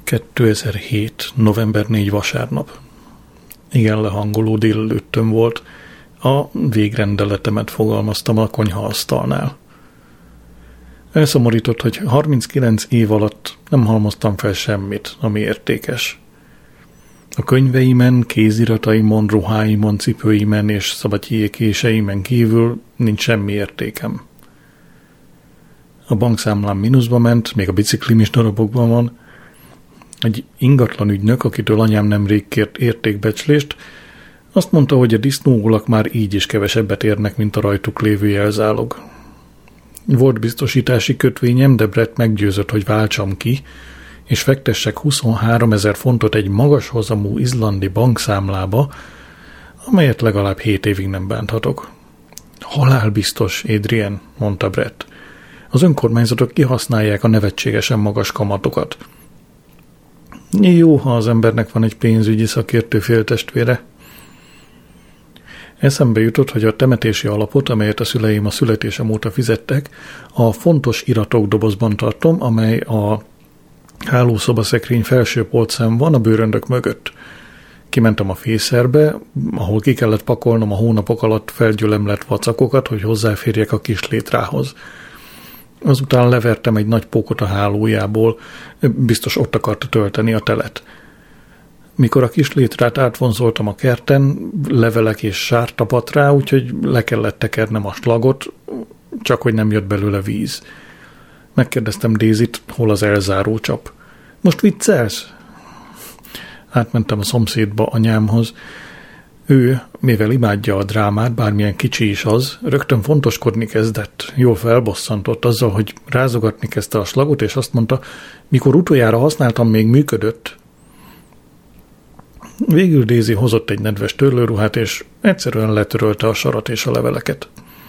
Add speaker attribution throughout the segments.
Speaker 1: 2007. november 4 vasárnap. Igen lehangoló délelőttöm volt. A végrendeletemet fogalmaztam a konyhaasztalnál. Elszomorított, hogy 39 év alatt nem halmoztam fel semmit, ami értékes. A könyveimen, kézirataimon, ruháimon, cipőimen és szabatyékéseimen kívül nincs semmi értékem. A bankszámlám mínuszba ment, még a biciklim is darabokban van. Egy ingatlan ügynök, akitől anyám nemrég kért értékbecslést, azt mondta, hogy a disznóolak már így is kevesebbet érnek, mint a rajtuk lévő jelzálog. Volt biztosítási kötvényem, de Brett meggyőzött, hogy váltsam ki, és fektessek 23 000 fontot egy magas hozamú izlandi bankszámlába, amelyet legalább 7 évig nem bánthatok. Halálbiztos, Adrian, mondta Brett. Az önkormányzatok kihasználják a nevetségesen magas kamatokat. Jó, ha az embernek van egy pénzügyi szakértő féltestvére. Eszembe jutott, hogy a temetési alapot, amelyet a szüleim a születésem óta fizettek, a fontos iratok dobozban tartom, amely a hálószobaszekrény felső polcán van a bőröndök mögött. Kimentem a fészerbe, ahol ki kellett pakolnom a hónapok alatt felgyülemlett vacakokat, hogy hozzáférjek a kis létrához. Azután levertem egy nagy pókot a hálójából, biztos ott akarta tölteni a telet. Mikor a kis létrát átvonzoltam a kerten, levelek és sár tapadt rá, úgyhogy le kellett tekernem a slagot, csak hogy nem jött belőle víz. Megkérdeztem Daisyt, hol az elzáró csap. Most viccelsz? Átmentem a szomszédba anyámhoz. Ő, mivel imádja a drámát, bármilyen kicsi is az, rögtön fontoskodni kezdett. Jól felbosszantott azzal, hogy rázogatni kezdte a slagot, és azt mondta, mikor utoljára használtam, még működött. Végül Daisy hozott egy nedves törlőruhát, és egyszerűen letörölte a sarat és a leveleket.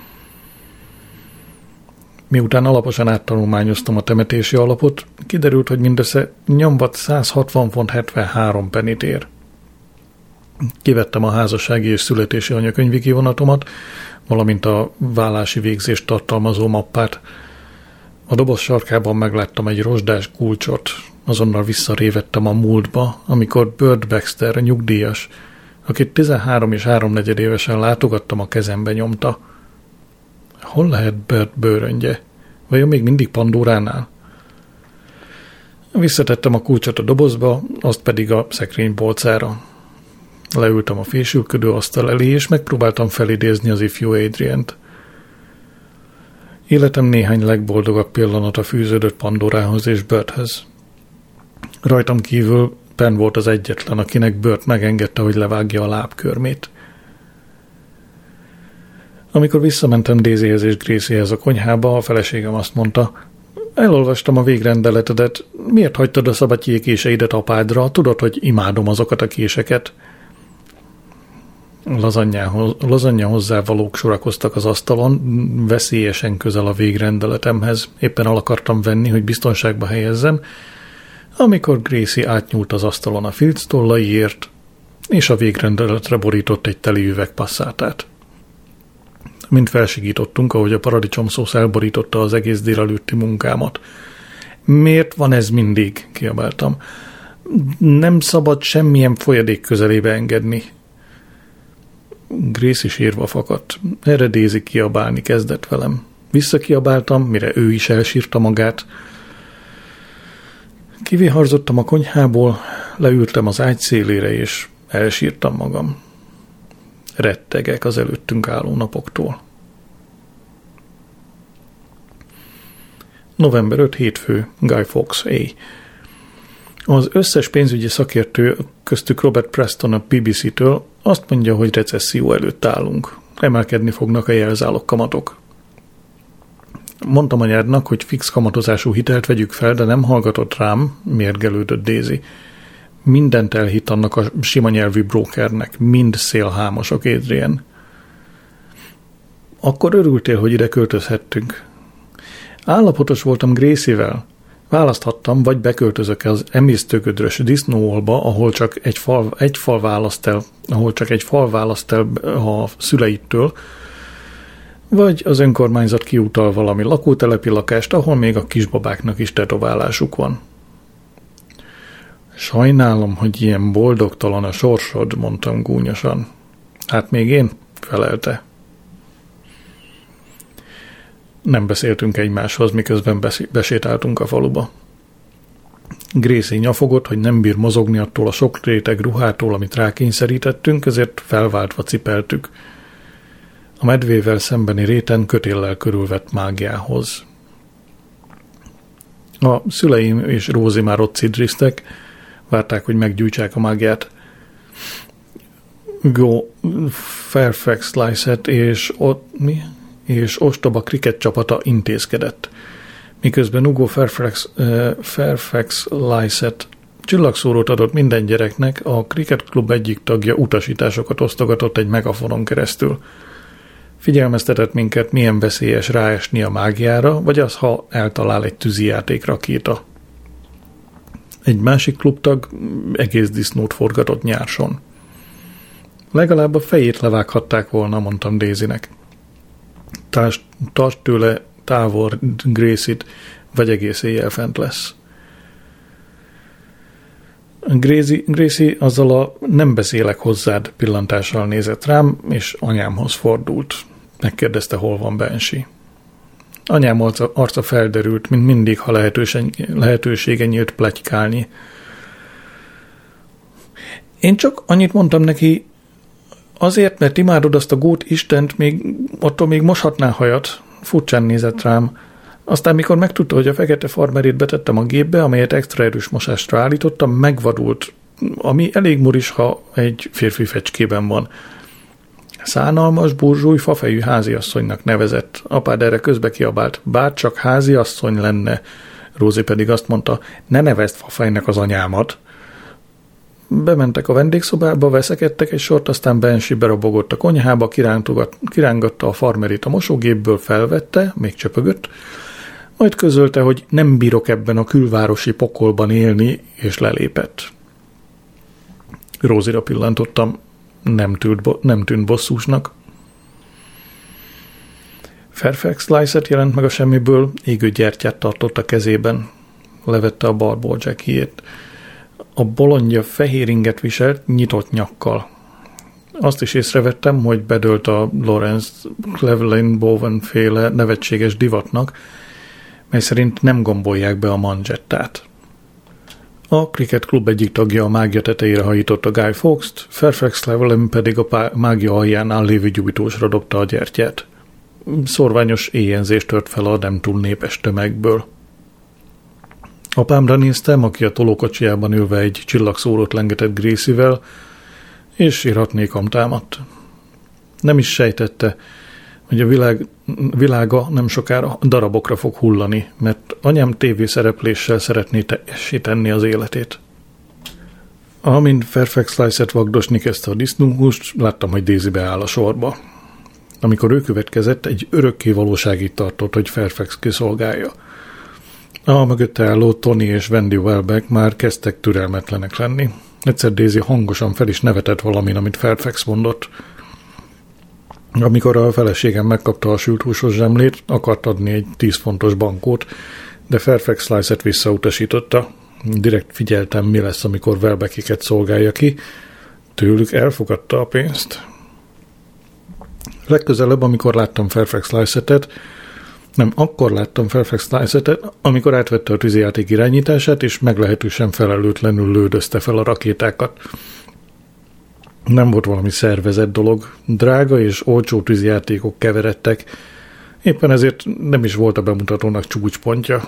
Speaker 1: Miután alaposan áttanulmányoztam a temetési alapot, kiderült, hogy mindössze nyomvat 160 font 73 pennit ér. Kivettem a házassági és születési anyakönyvi kivonatomat, valamint a vállási végzést tartalmazó mappát. A doboz sarkában megláttam egy rozsdás kulcsot, azonnal visszarévettem a múltba, amikor Burt Baxter, nyugdíjas, akit 13 és 3/4 évesen látogattam, a kezembe nyomta. Hol lehet Burt bőröngye? Vajon még mindig Pandóránál? Visszatettem a kulcsot a dobozba, azt pedig a szekrény polcára. Leültem a fésülködő asztal elé, és megpróbáltam felidézni az ifjú Adriant. Életem néhány legboldogabb pillanata fűződött Pandorához és Burthez. Rajtam kívül Ben volt az egyetlen, akinek Burt megengedte, hogy levágja a lábkörmét. Amikor visszamentem Daisyhez és Graciehez a konyhába, a feleségem azt mondta, elolvastam a végrendeletedet, miért hagytad a szabatyékéseidet apádra, tudod, hogy imádom azokat a késeket. Lazanya hozzávalók sorakoztak az asztalon, veszélyesen közel a végrendeletemhez. Éppen el akartam venni, hogy biztonságba helyezzem, amikor Gracie átnyúlt az asztalon a filctollaiért, és a végrendeletre borított egy teli üveg passzátát. Mind felsigítottunk, ahogy a paradicsomszósz elborította az egész délelőtti munkámat. Miért van ez mindig? Kiabáltam. Nem szabad semmilyen folyadék közelébe engedni. Gracie sírva fakadt. Erre Daisy kiabálni kezdett velem. Visszakiabáltam, mire ő is elsírta magát. Kiviharzottam a konyhából, leültem az ágy szélére, és elsírtam magam. Rettegek az előttünk álló napoktól. November 5. hétfő, Guy Fawkes A. Az összes pénzügyi szakértő, köztük Robert Preston a BBC-től azt mondja, hogy recesszió előtt állunk. Emelkedni fognak a jelzálog kamatok. Mondtam anyádnak, hogy fix kamatozású hitelt vegyük fel, de nem hallgatott rám, mérgelődött Daisy. Mindent elhitt annak a sima nyelvű brókernek, mind szélhámosok, Adrian. Akkor örültél, hogy ide költözhettünk. Állapotos voltam Gracie-vel. Választhattam, vagy beköltözök az emésztőgödrös disznóolba, ahol csak egy fal választ el a szüleittől, vagy az önkormányzat kiutal valami lakótelepi lakást, ahol még a kisbabáknak is tetoválásuk van. Sajnálom, hogy ilyen boldogtalan a sorsod, mondtam gúnyosan. Hát még én, felelte. Nem beszéltünk egymáshoz, miközben besétáltunk a faluba. Gracie nyafogott, hogy nem bír mozogni attól a sok réteg ruhától, amit rákényszerítettünk, ezért felváltva cipeltük. A medvével szembeni réten kötéllel körülvett mágiához. A szüleim és Rózi már ott cidriztek, várták, hogy meggyújtsák a mágiát. Go Fairfax Lycett és ostoba kriket csapata intézkedett. Miközben Hugo Fairfax Lycett csillagszórót adott minden gyereknek, a Cricket Club egyik tagja utasításokat osztogatott egy megafonon keresztül. Figyelmeztetett minket, milyen veszélyes ráesni a mágiára, vagy az, ha eltalál egy tűzijáték rakéta. Egy másik klubtag egész disznót forgatott nyárson. Legalább a fejét levághatták volna, mondtam Daisynek. Tarts tőle távol Gracie-t, vagy egész éjjel fent lesz. Gracie azzal a nem beszélek hozzád pillantással nézett rám, és anyámhoz fordult. Megkérdezte, hol van Banshee. Anyám arca felderült, mint mindig, ha lehetősége nyílt pletykálni. Én csak annyit mondtam neki, azért, mert imádod azt a gót istent, attól még moshatná hajat. Furcsán nézett rám. Aztán, mikor megtudta, hogy a fekete farmerét betettem a gépbe, amelyet extra erős mosásra állítottam, megvadult, ami elég muris, ha egy férfi fecskében van. Szánalmas, burzsúj, fafejű háziasszonynak nevezett. Apád erre közbe kiabált, bár csak háziasszony lenne. Rózi pedig azt mondta, ne nevezd fafejnek az anyámat. Bementek a vendégszobába, veszekedtek egy sort, aztán Banshee berobogott a konyhába, kirángatta a farmerit a mosógépből, felvette, még csöpögött, majd közölte, hogy nem bírok ebben a külvárosi pokolban élni, és lelépett. Rózira pillantottam, nem tűnt bosszúsnak. Fairfax Lycett jelent meg a semmiből, égő gyertyát tartott a kezében. Levette a barball jackjét. A bolondja fehér inget viselt, nyitott nyakkal. Azt is észrevettem, hogy bedőlt a Lawrence Cleveland Bowen féle nevetséges divatnak, mely szerint nem gombolják be a manzsettát. A Cricket Club egyik tagja a mágia tetejére hajította Guy Fawkes-t, Fairfax Cleveland pedig a mágia aljánál lévő gyújtósra dobta a gyertyát. Szorványos éjjenzés tört fel a nem túl népes tömegből. Apámra néztem, aki a tolókocsijában ülve egy csillagszórót lengetett Gracie-vel, és iratnékom támadt. Nem is sejtette, hogy a világa nem sokára darabokra fog hullani, mert anyám tévészerepléssel szeretné teljesíteni az életét. Amint Fairfax Lycett vagdosni kezdte a disznóhúst, láttam, hogy Daisy beáll a sorba. Amikor ő következett, egy örökké valóságig tartott, hogy Fairfax kiszolgálja. A mögötte álló Tony és Wendy Welbeck már kezdtek türelmetlenek lenni. Egyszer Daisy hangosan fel is nevetett valamin, amit Fairfax mondott. Amikor a feleségem megkapta a sült húsos zsemlét, akart adni egy 10 fontos bankót, de Fairfax Lycett visszautasította. Direkt figyeltem, mi lesz, amikor Welbeckiket szolgálja ki. Tőlük elfogadta a pénzt. Legközelebb, amikor láttam Fairfax Lycettet, akkor láttam Fairfax Lycettet, amikor átvette a tűzijáték irányítását, és meglehetősen felelőtlenül lődözte fel a rakétákat. Nem volt valami szervezett dolog. Drága és olcsó tűzijátékok keveredtek, éppen ezért nem is volt a bemutatónak csúcspontja.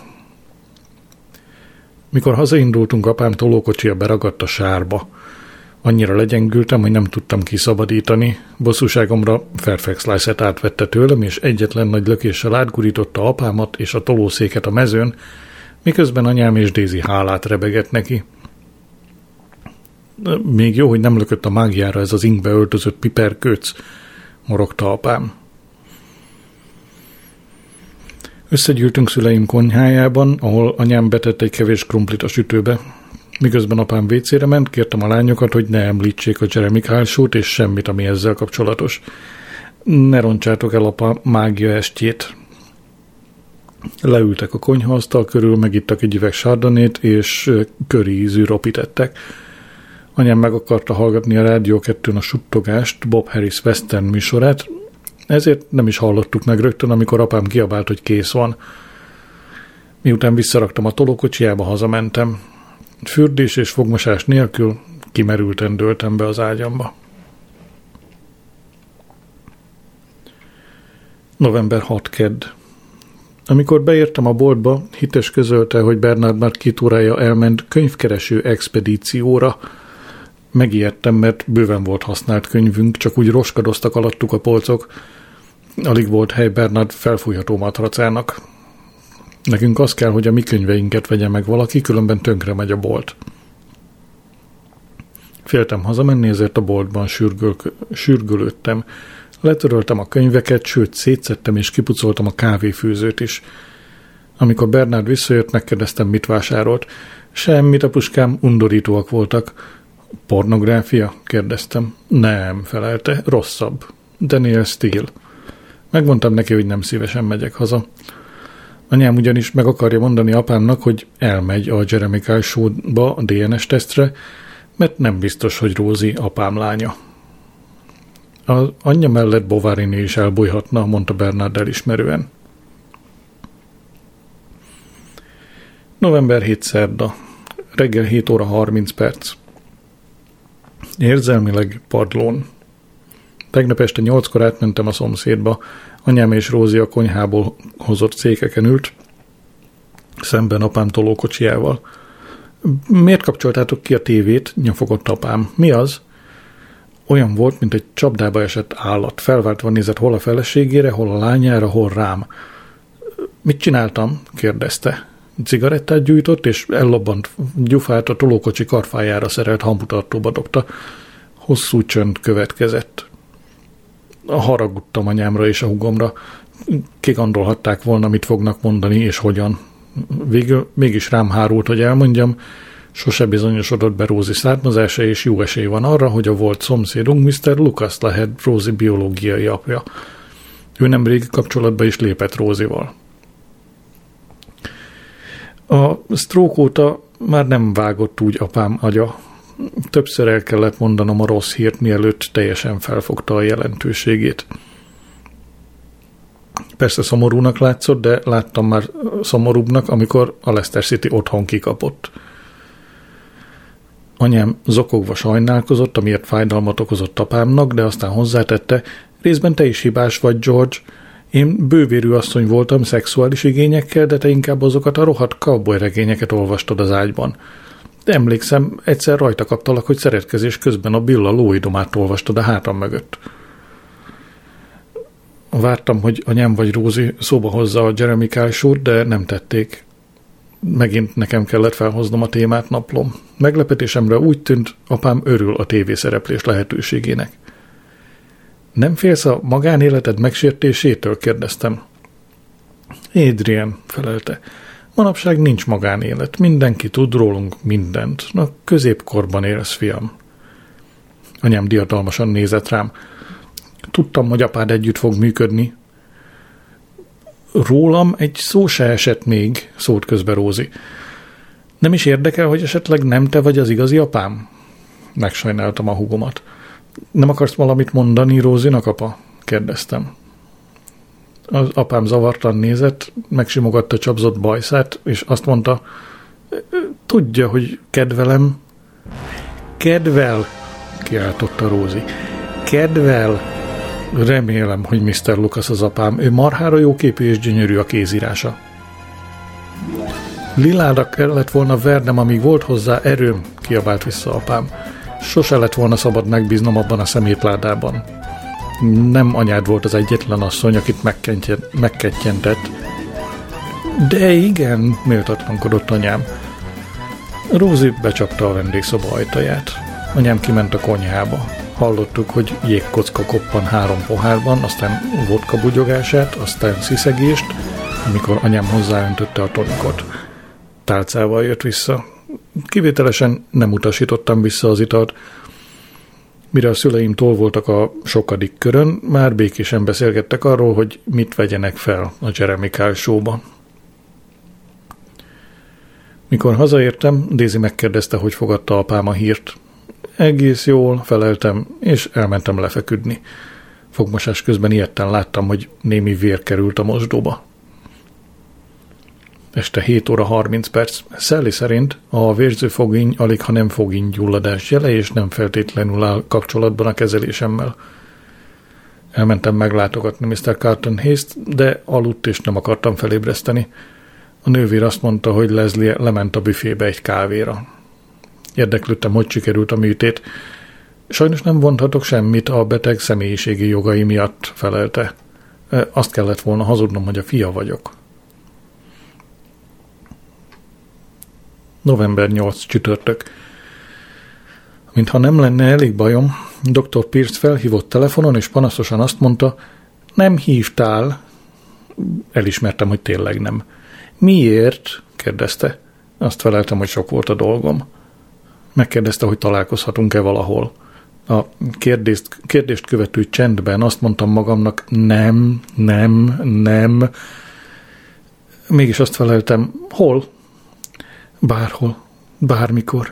Speaker 1: Mikor hazaindultunk, apám tolókocsia beragadt a sárba. Annyira legyengültem, hogy nem tudtam kiszabadítani. Bosszúságomra Fairfax Lycett átvette tőlem, és egyetlen nagy lökéssel átgurította apámat és a tolószéket a mezőn, miközben anyám és Daisy hálát rebegett neki. Még jó, hogy nem lökött a mágiára ez az ingbe öltözött piperkőc, morogta apám. Összegyűltünk szüleim konyhájában, ahol anyám betett egy kevés krumplit a sütőbe. Miközben apám vécére ment, kértem a lányokat, hogy ne említsék a Jeremy Kyle show-t és semmit, ami ezzel kapcsolatos. Ne roncsátok el apa mágia estjét. Leültek a konyhaasztal körül, megittak egy üveg sardonét, és köri ízű ropit ettek. Anyám meg akarta hallgatni a Rádió 2-n a suttogást, Bob Harris western műsorát, ezért nem is hallottuk meg rögtön, amikor apám kiabált, hogy kész van. Miután visszaraktam a tolókocsijába, hazamentem. Fürdés és fogmosás nélkül kimerülten dőltem be az ágyamba. November 6 kedd. Amikor beértem a boltba, Hites közölte, hogy Bernard már 2 órája elment könyvkereső expedícióra. Megijedtem, mert bőven volt használt könyvünk, csak úgy roskadoztak alattuk a polcok. Alig volt hely Bernard felfújható matracának. Nekünk az kell, hogy a mi könyveinket vegye meg valaki, különben tönkre megy a bolt. Féltem hazamenni, ezért a boltban sürgölődtem. Letöröltem a könyveket, sőt szétszedtem és kipucoltam a kávéfőzőt is. Amikor Bernard visszajött, megkérdeztem, mit vásárolt. Semmit, apuskám, undorítóak voltak. Pornográfia? Kérdeztem. Nem, felelte, rosszabb. Daniel Steele. Megmondtam neki, hogy nem szívesen megyek haza. Anyám ugyanis meg akarja mondani apámnak, hogy elmegy a Jeremy Kyle Show-ba a DNS tesztre, mert nem biztos, hogy Rózi apám lánya. Az anyja mellett Bovarini is elbújhatna, mondta Bernard elismerően. November 7 szerda. Reggel 7 óra 30 perc. Érzelmileg padlón. Tegnap este 8-kor átmentem a szomszédba. Anyám és Rózi a konyhából hozott székeken ült, szemben apám tolókocsijával. Miért kapcsoltátok ki a tévét? Nyafogott apám. Mi az? Olyan volt, mint egy csapdába esett állat. Felváltva nézett hol a feleségére, hol a lányára, hol rám. Mit csináltam? Kérdezte. Cigarettát gyújtott, és ellobbant gyufát a tolókocsi karfájára szerelt hambutartóba dobta. Hosszú csönd következett. Haragudtam anyámra és a húgomra. Kigondolhatták volna, mit fognak mondani, és hogyan. Végül mégis rám hárult, hogy elmondjam, sose bizonyosodott be Rózi származása, és jó esély van arra, hogy a volt szomszédunk Mr. Lucas lehet Rózi biológiai apja. Ő nemrég kapcsolatba is lépett Rózival. A stroke óta már nem vágott úgy apám agya. Többször el kellett mondanom a rossz hírt, mielőtt teljesen felfogta a jelentőségét. Persze szomorúnak látszott, de láttam már szomorúbbnak, amikor a Leicester City otthon kikapott. Anyám zokogva sajnálkozott, amiért fájdalmat okozott apámnak, de aztán hozzátette, részben te is hibás vagy, George. Én bővérű asszony voltam szexuális igényekkel, de te inkább azokat a rohadt cowboy regényeket olvastad az ágyban. De emlékszem, egyszer rajta kaptalak, hogy szeretkezés közben a Billa lóidomát olvastad a hátam mögött. Vártam, hogy anyám vagy Rózi szóba hozza a Jeremy Kyle Show-t, de nem tették. Megint nekem kellett felhoznom a témát naplom. Meglepetésemre úgy tűnt, apám örül a tévészereplés lehetőségének. Nem félsz a magánéleted megsértésétől? Kérdeztem. Adrian, felelte. Manapság nincs magánélet. Mindenki tud rólunk mindent. Na, középkorban élsz, fiam. Anyám diadalmasan nézett rám. Tudtam, hogy apád együtt fog működni. Rólam egy szó se esett még, szólt közbe Rózi. Nem is érdekel, hogy esetleg nem te vagy az igazi apám? Megsajnáltam a húgomat. Nem akarsz valamit mondani Rózinak, apa? Kérdeztem. Az apám zavartan nézett, megsimogatta csapzott bajszát, és azt mondta, tudja, hogy kedvelem. Kedvel, kiáltotta Rózi. Kedvel. Remélem, hogy Mr. Lucas az apám. Ő marhára jó képű és gyönyörű a kézírása. Lilára kellett volna vernem, amíg volt hozzá erőm, kiabált vissza apám. Sose lett volna szabad megbíznom abban a szemétládában. Nem anyád volt az egyetlen asszony, akit megkettyentett. De igen, méltatlankodott anyám. Rózi becsapta a vendégszoba ajtaját. Anyám kiment a konyhába. Hallottuk, hogy jégkocka koppan 3 pohárban, aztán vodka bugyogását, aztán sziszegést, amikor anyám hozzáöntötte a tonikot. Tálcával jött vissza. Kivételesen nem utasítottam vissza az italt. Mire a szüleim túl voltak a sokadik körön, már békésen beszélgettek arról, hogy mit vegyenek fel a Jeremy Kyle Show-ba. Mikor hazaértem, Daisy megkérdezte, hogy fogadta apám a hírt. Egész jól, feleltem, és elmentem lefeküdni. Fogmosás közben ilyetten láttam, hogy némi vér került a mosdóba. Este 7 óra 30 perc. Sally szerint a vérzőfogény alig, ha nem fogény-gyulladás jele, és nem feltétlenül áll kapcsolatban a kezelésemmel. Elmentem meglátogatni Mr. Carlton Hayes-t, de aludt, és nem akartam felébreszteni. A nővér azt mondta, hogy Leslie lement a büfébe egy kávéra. Érdeklődtem, hogy sikerült a műtét. Sajnos nem vonhatok semmit a beteg személyiségi jogai miatt, felelte. Azt kellett volna hazudnom, hogy a fia vagyok. November 8. csütörtök. Mintha nem lenne elég bajom, dr. Pierce felhívott telefonon, és panaszosan azt mondta, nem hívtál. Elismertem, hogy tényleg nem. Miért? kérdezte. Azt feleltem, hogy sok volt a dolgom. Megkérdezte, hogy találkozhatunk-e valahol. A kérdést követő csendben azt mondtam magamnak, nem. Mégis azt feleltem, hol? Bárhol, bármikor.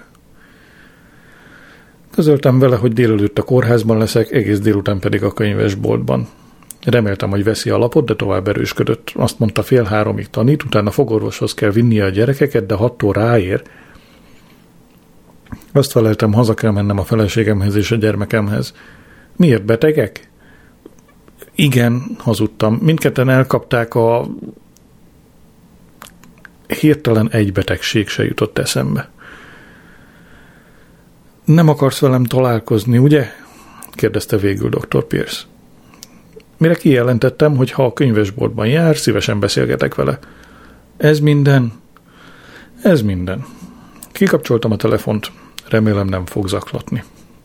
Speaker 1: Közöltem vele, hogy délelőtt a kórházban leszek, egész délután pedig a könyvesboltban. Reméltem, hogy veszi a lapot, de tovább erősködött. Azt mondta, 2:30 tanít, utána fogorvoshoz kell vinnie a gyerekeket, de 6-tól ráér. Azt feleltem, haza kell mennem a feleségemhez és a gyermekemhez. Miért, betegek? Igen, hazudtam. Mindketten elkapták a... Hirtelen egy betegség se jutott eszembe. Nem akarsz velem találkozni, ugye? Kérdezte végül dr. Pierce. Mire kijelentettem, hogy ha a könyvesboltban jár, szívesen beszélgetek vele. Ez minden. Kikapcsoltam a telefont, remélem nem fog zaklatni.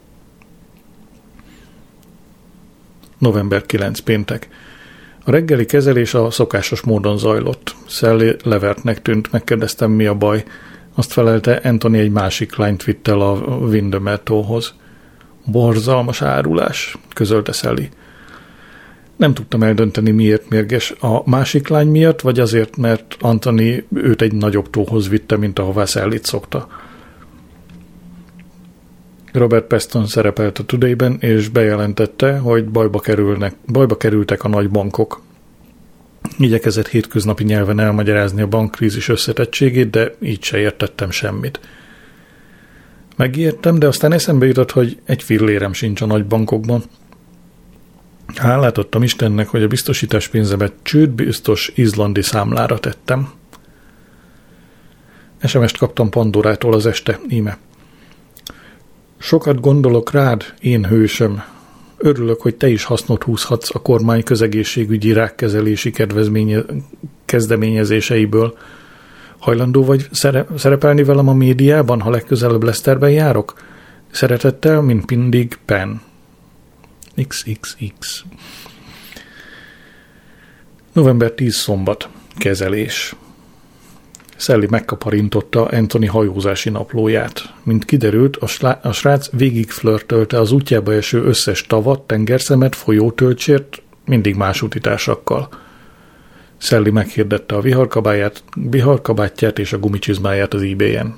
Speaker 1: November 9. péntek. A reggeli kezelés a szokásos módon zajlott. Sally levertnek tűnt, megkérdeztem, mi a baj. Azt felelte, Anthony egy másik lányt vitt el a Windomettóhoz. Borzalmas árulás, közölte Sally. Nem tudtam eldönteni, miért mérges, a másik lány miatt, vagy azért, mert Anthony őt egy nagyobb tóhoz vitte, mint ahová Sally-t szokta. Robert Peston szerepelt a Today-ben, és bejelentette, hogy bajba kerültek a nagy bankok. Igyekezett hétköznapi nyelven elmagyarázni a bankkrízis összetettségét, de így se értettem semmit. Megijedtem, de aztán eszembe jutott, hogy egy fillérem sincs a nagy bankokban. Hálát adtam Istennek, hogy a biztosítás pénzemet csődbiztos izlandi számlára tettem. SMS-t kaptam Pandorától az este, íme. Sokat gondolok rád, én hősöm. Örülök, hogy te is hasznot húzhatsz a kormány közegészségügyi rákkezelési kezdeményezéseiből. Hajlandó vagy szerepelni velem a médiában, ha legközelebb Leicesterben járok? Szeretettel, mint mindig, Pen. XXX. November 10. szombat. Kezelés. Sally megkaparintotta Anthony hajózási naplóját. Mint kiderült, a srác végig flörtölte az útjába eső összes tavat, tengerszemet, folyótölcsért, mindig más utitársakkal. Sally meghirdette a viharkabátját és a gumicsizmáját az eBay-en.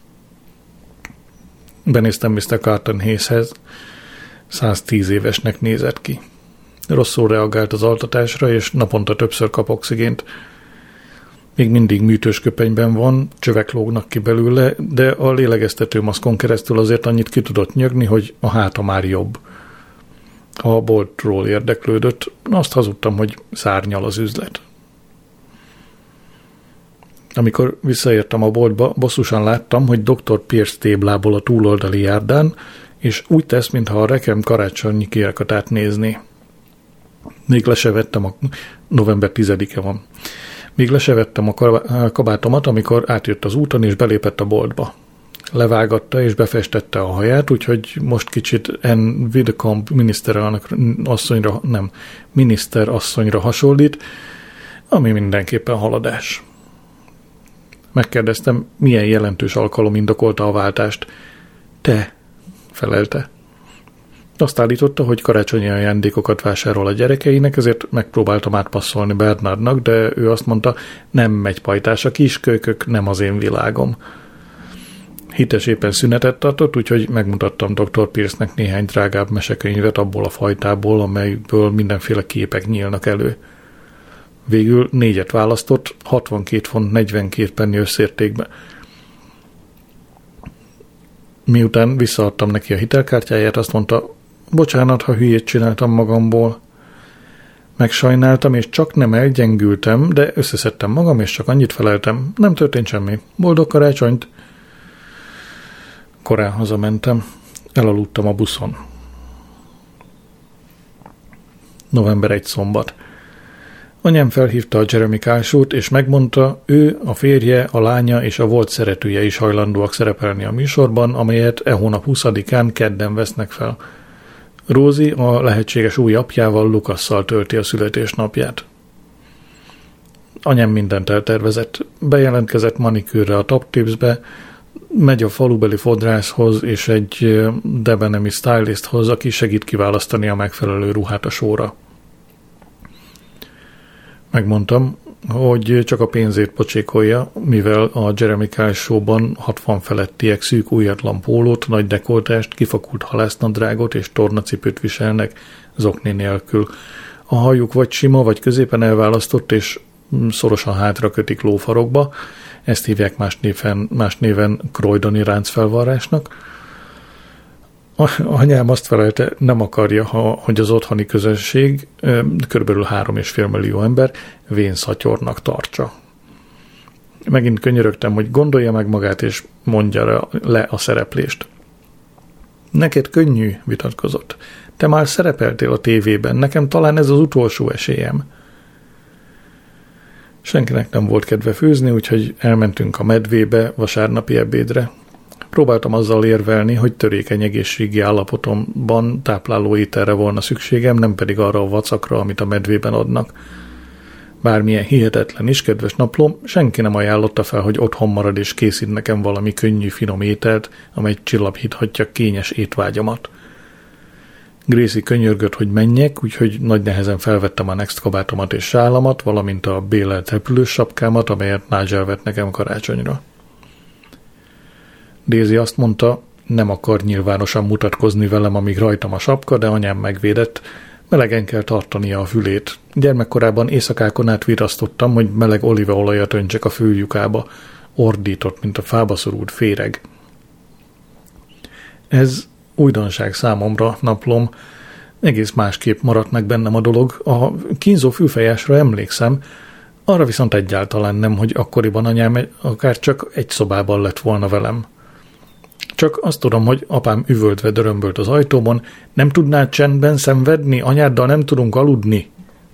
Speaker 1: Benéztem Mr. Carlton Hayeshez. 110 évesnek nézett ki. Rosszul reagált az altatásra, és naponta többször kap oxigént. Még mindig műtős köpenyben van, csövek lógnak ki belőle, de a lélegeztetőmaszkon keresztül azért annyit ki tudott nyögni, hogy a háta már jobb. A boltról érdeklődött, azt hazudtam, hogy szárnyal az üzlet. Amikor visszaértem a boltba, bosszusan láttam, hogy dr. Pierce téblából a túloldali járdán, és úgy tesz, mintha a rekem karácsonyi kirakatát nézné. Még le se vettem november 10-e van. Még le se vettem a kabátomat, amikor átjött az úton, és belépett a boltba. Levágatta és befestette a haját, úgyhogy most kicsit Anne Widdecombe miniszter asszonyra hasonlít, ami mindenképpen haladás. Megkérdeztem, milyen jelentős alkalom indokolta a váltást. Te, felelte. Azt állította, hogy karácsonyi ajándékokat vásárol a gyerekeinek, ezért megpróbáltam átpasszolni Bernardnak, de ő azt mondta, nem megy pajtás, a kiskölykök nem az én világom. Hites éppen szünetet tartott, úgyhogy megmutattam dr. Pierce-nek néhány drágább mesekönyvet abból a fajtából, amelyből mindenféle képek nyílnak elő. Végül 4 választott, 62 font 42 penny összértékben. Miután visszaadtam neki a hitelkártyáját, azt mondta, bocsánat, ha hülyét csináltam magamból. Megsajnáltam, és csak nem elgyengültem, de összeszedtem magam, és csak annyit feleltem. Nem történt semmi. Boldog karácsonyt! Korán hazamentem. Elaludtam a buszon. November 1 szombat. Anyám felhívta a Jeremy Kyle Show-t, és megmondta, ő, a férje, a lánya és a volt szeretője is hajlandóak szerepelni a műsorban, amelyet e hónap 20-án kedden vesznek fel. Rosie a lehetséges új apjával, Lucasszal tölti a születésnapját. Anyám mindent eltervezett. Bejelentkezett manikűrre a Top Tipsbe, megy a falubeli fodrászhoz és egy debenhami stylisthoz, aki segít kiválasztani a megfelelő ruhát a showra. Megmondtam, hogy csak a pénzét pocsékolja, mivel a Jeremy Kyle Show-ban 60 felettiek szűk újatlan pólót, nagy dekoltást, kifakult halásznadrágot és tornacipőt viselnek zokni nélkül. A hajuk vagy sima, vagy középen elválasztott és szorosan hátra kötik lófarokba, ezt hívják más néven croydoni ráncfelvarrásnak. Anyám azt felelte, nem akarja, hogy az otthoni közönség, kb. 3,5 millió ember vénszatyornak tartsa. Megint könyörögtem, hogy gondolja meg magát, és mondja le a szereplést. Neked könnyű, vitatkozott. Te már szerepeltél a tévében, nekem talán ez az utolsó esélyem. Senkinek nem volt kedve főzni, úgyhogy elmentünk a medvébe vasárnapi ebédre. Próbáltam azzal érvelni, hogy törékeny egészségi állapotomban tápláló ételre volna szükségem, nem pedig arra a vacakra, amit a medvében adnak. Bármilyen hihetetlen is, kedves naplom, senki nem ajánlotta fel, hogy otthon marad és készít nekem valami könnyű, finom ételt, amely csillapíthatja kényes étvágyamat. Gracie könyörgött, hogy menjek, úgyhogy nagy nehezen felvettem a Next kabátomat és sálamat, valamint a bélelt repülős sapkámat, amelyet Nigel vett nekem karácsonyra. Daisy azt mondta, nem akar nyilvánosan mutatkozni velem, amíg rajtam a sapka, de anyám megvédett, melegen kell tartania a fülét. Gyermekkorában éjszakákon át virasztottam, hogy meleg olívaolajat öntsek a füllyukába. Ordított, mint a fába szorult féreg. Ez újdonság számomra, naplom. Egész másképp maradt meg bennem a dolog. A kínzó fülfejásra emlékszem, arra viszont egyáltalán nem, hogy akkoriban anyám akár csak egy szobában lett volna velem. Csak azt tudom, hogy apám üvöltve dörömbölt az ajtóban, nem tudnád csendben szenvedni, anyáddal nem tudunk aludni.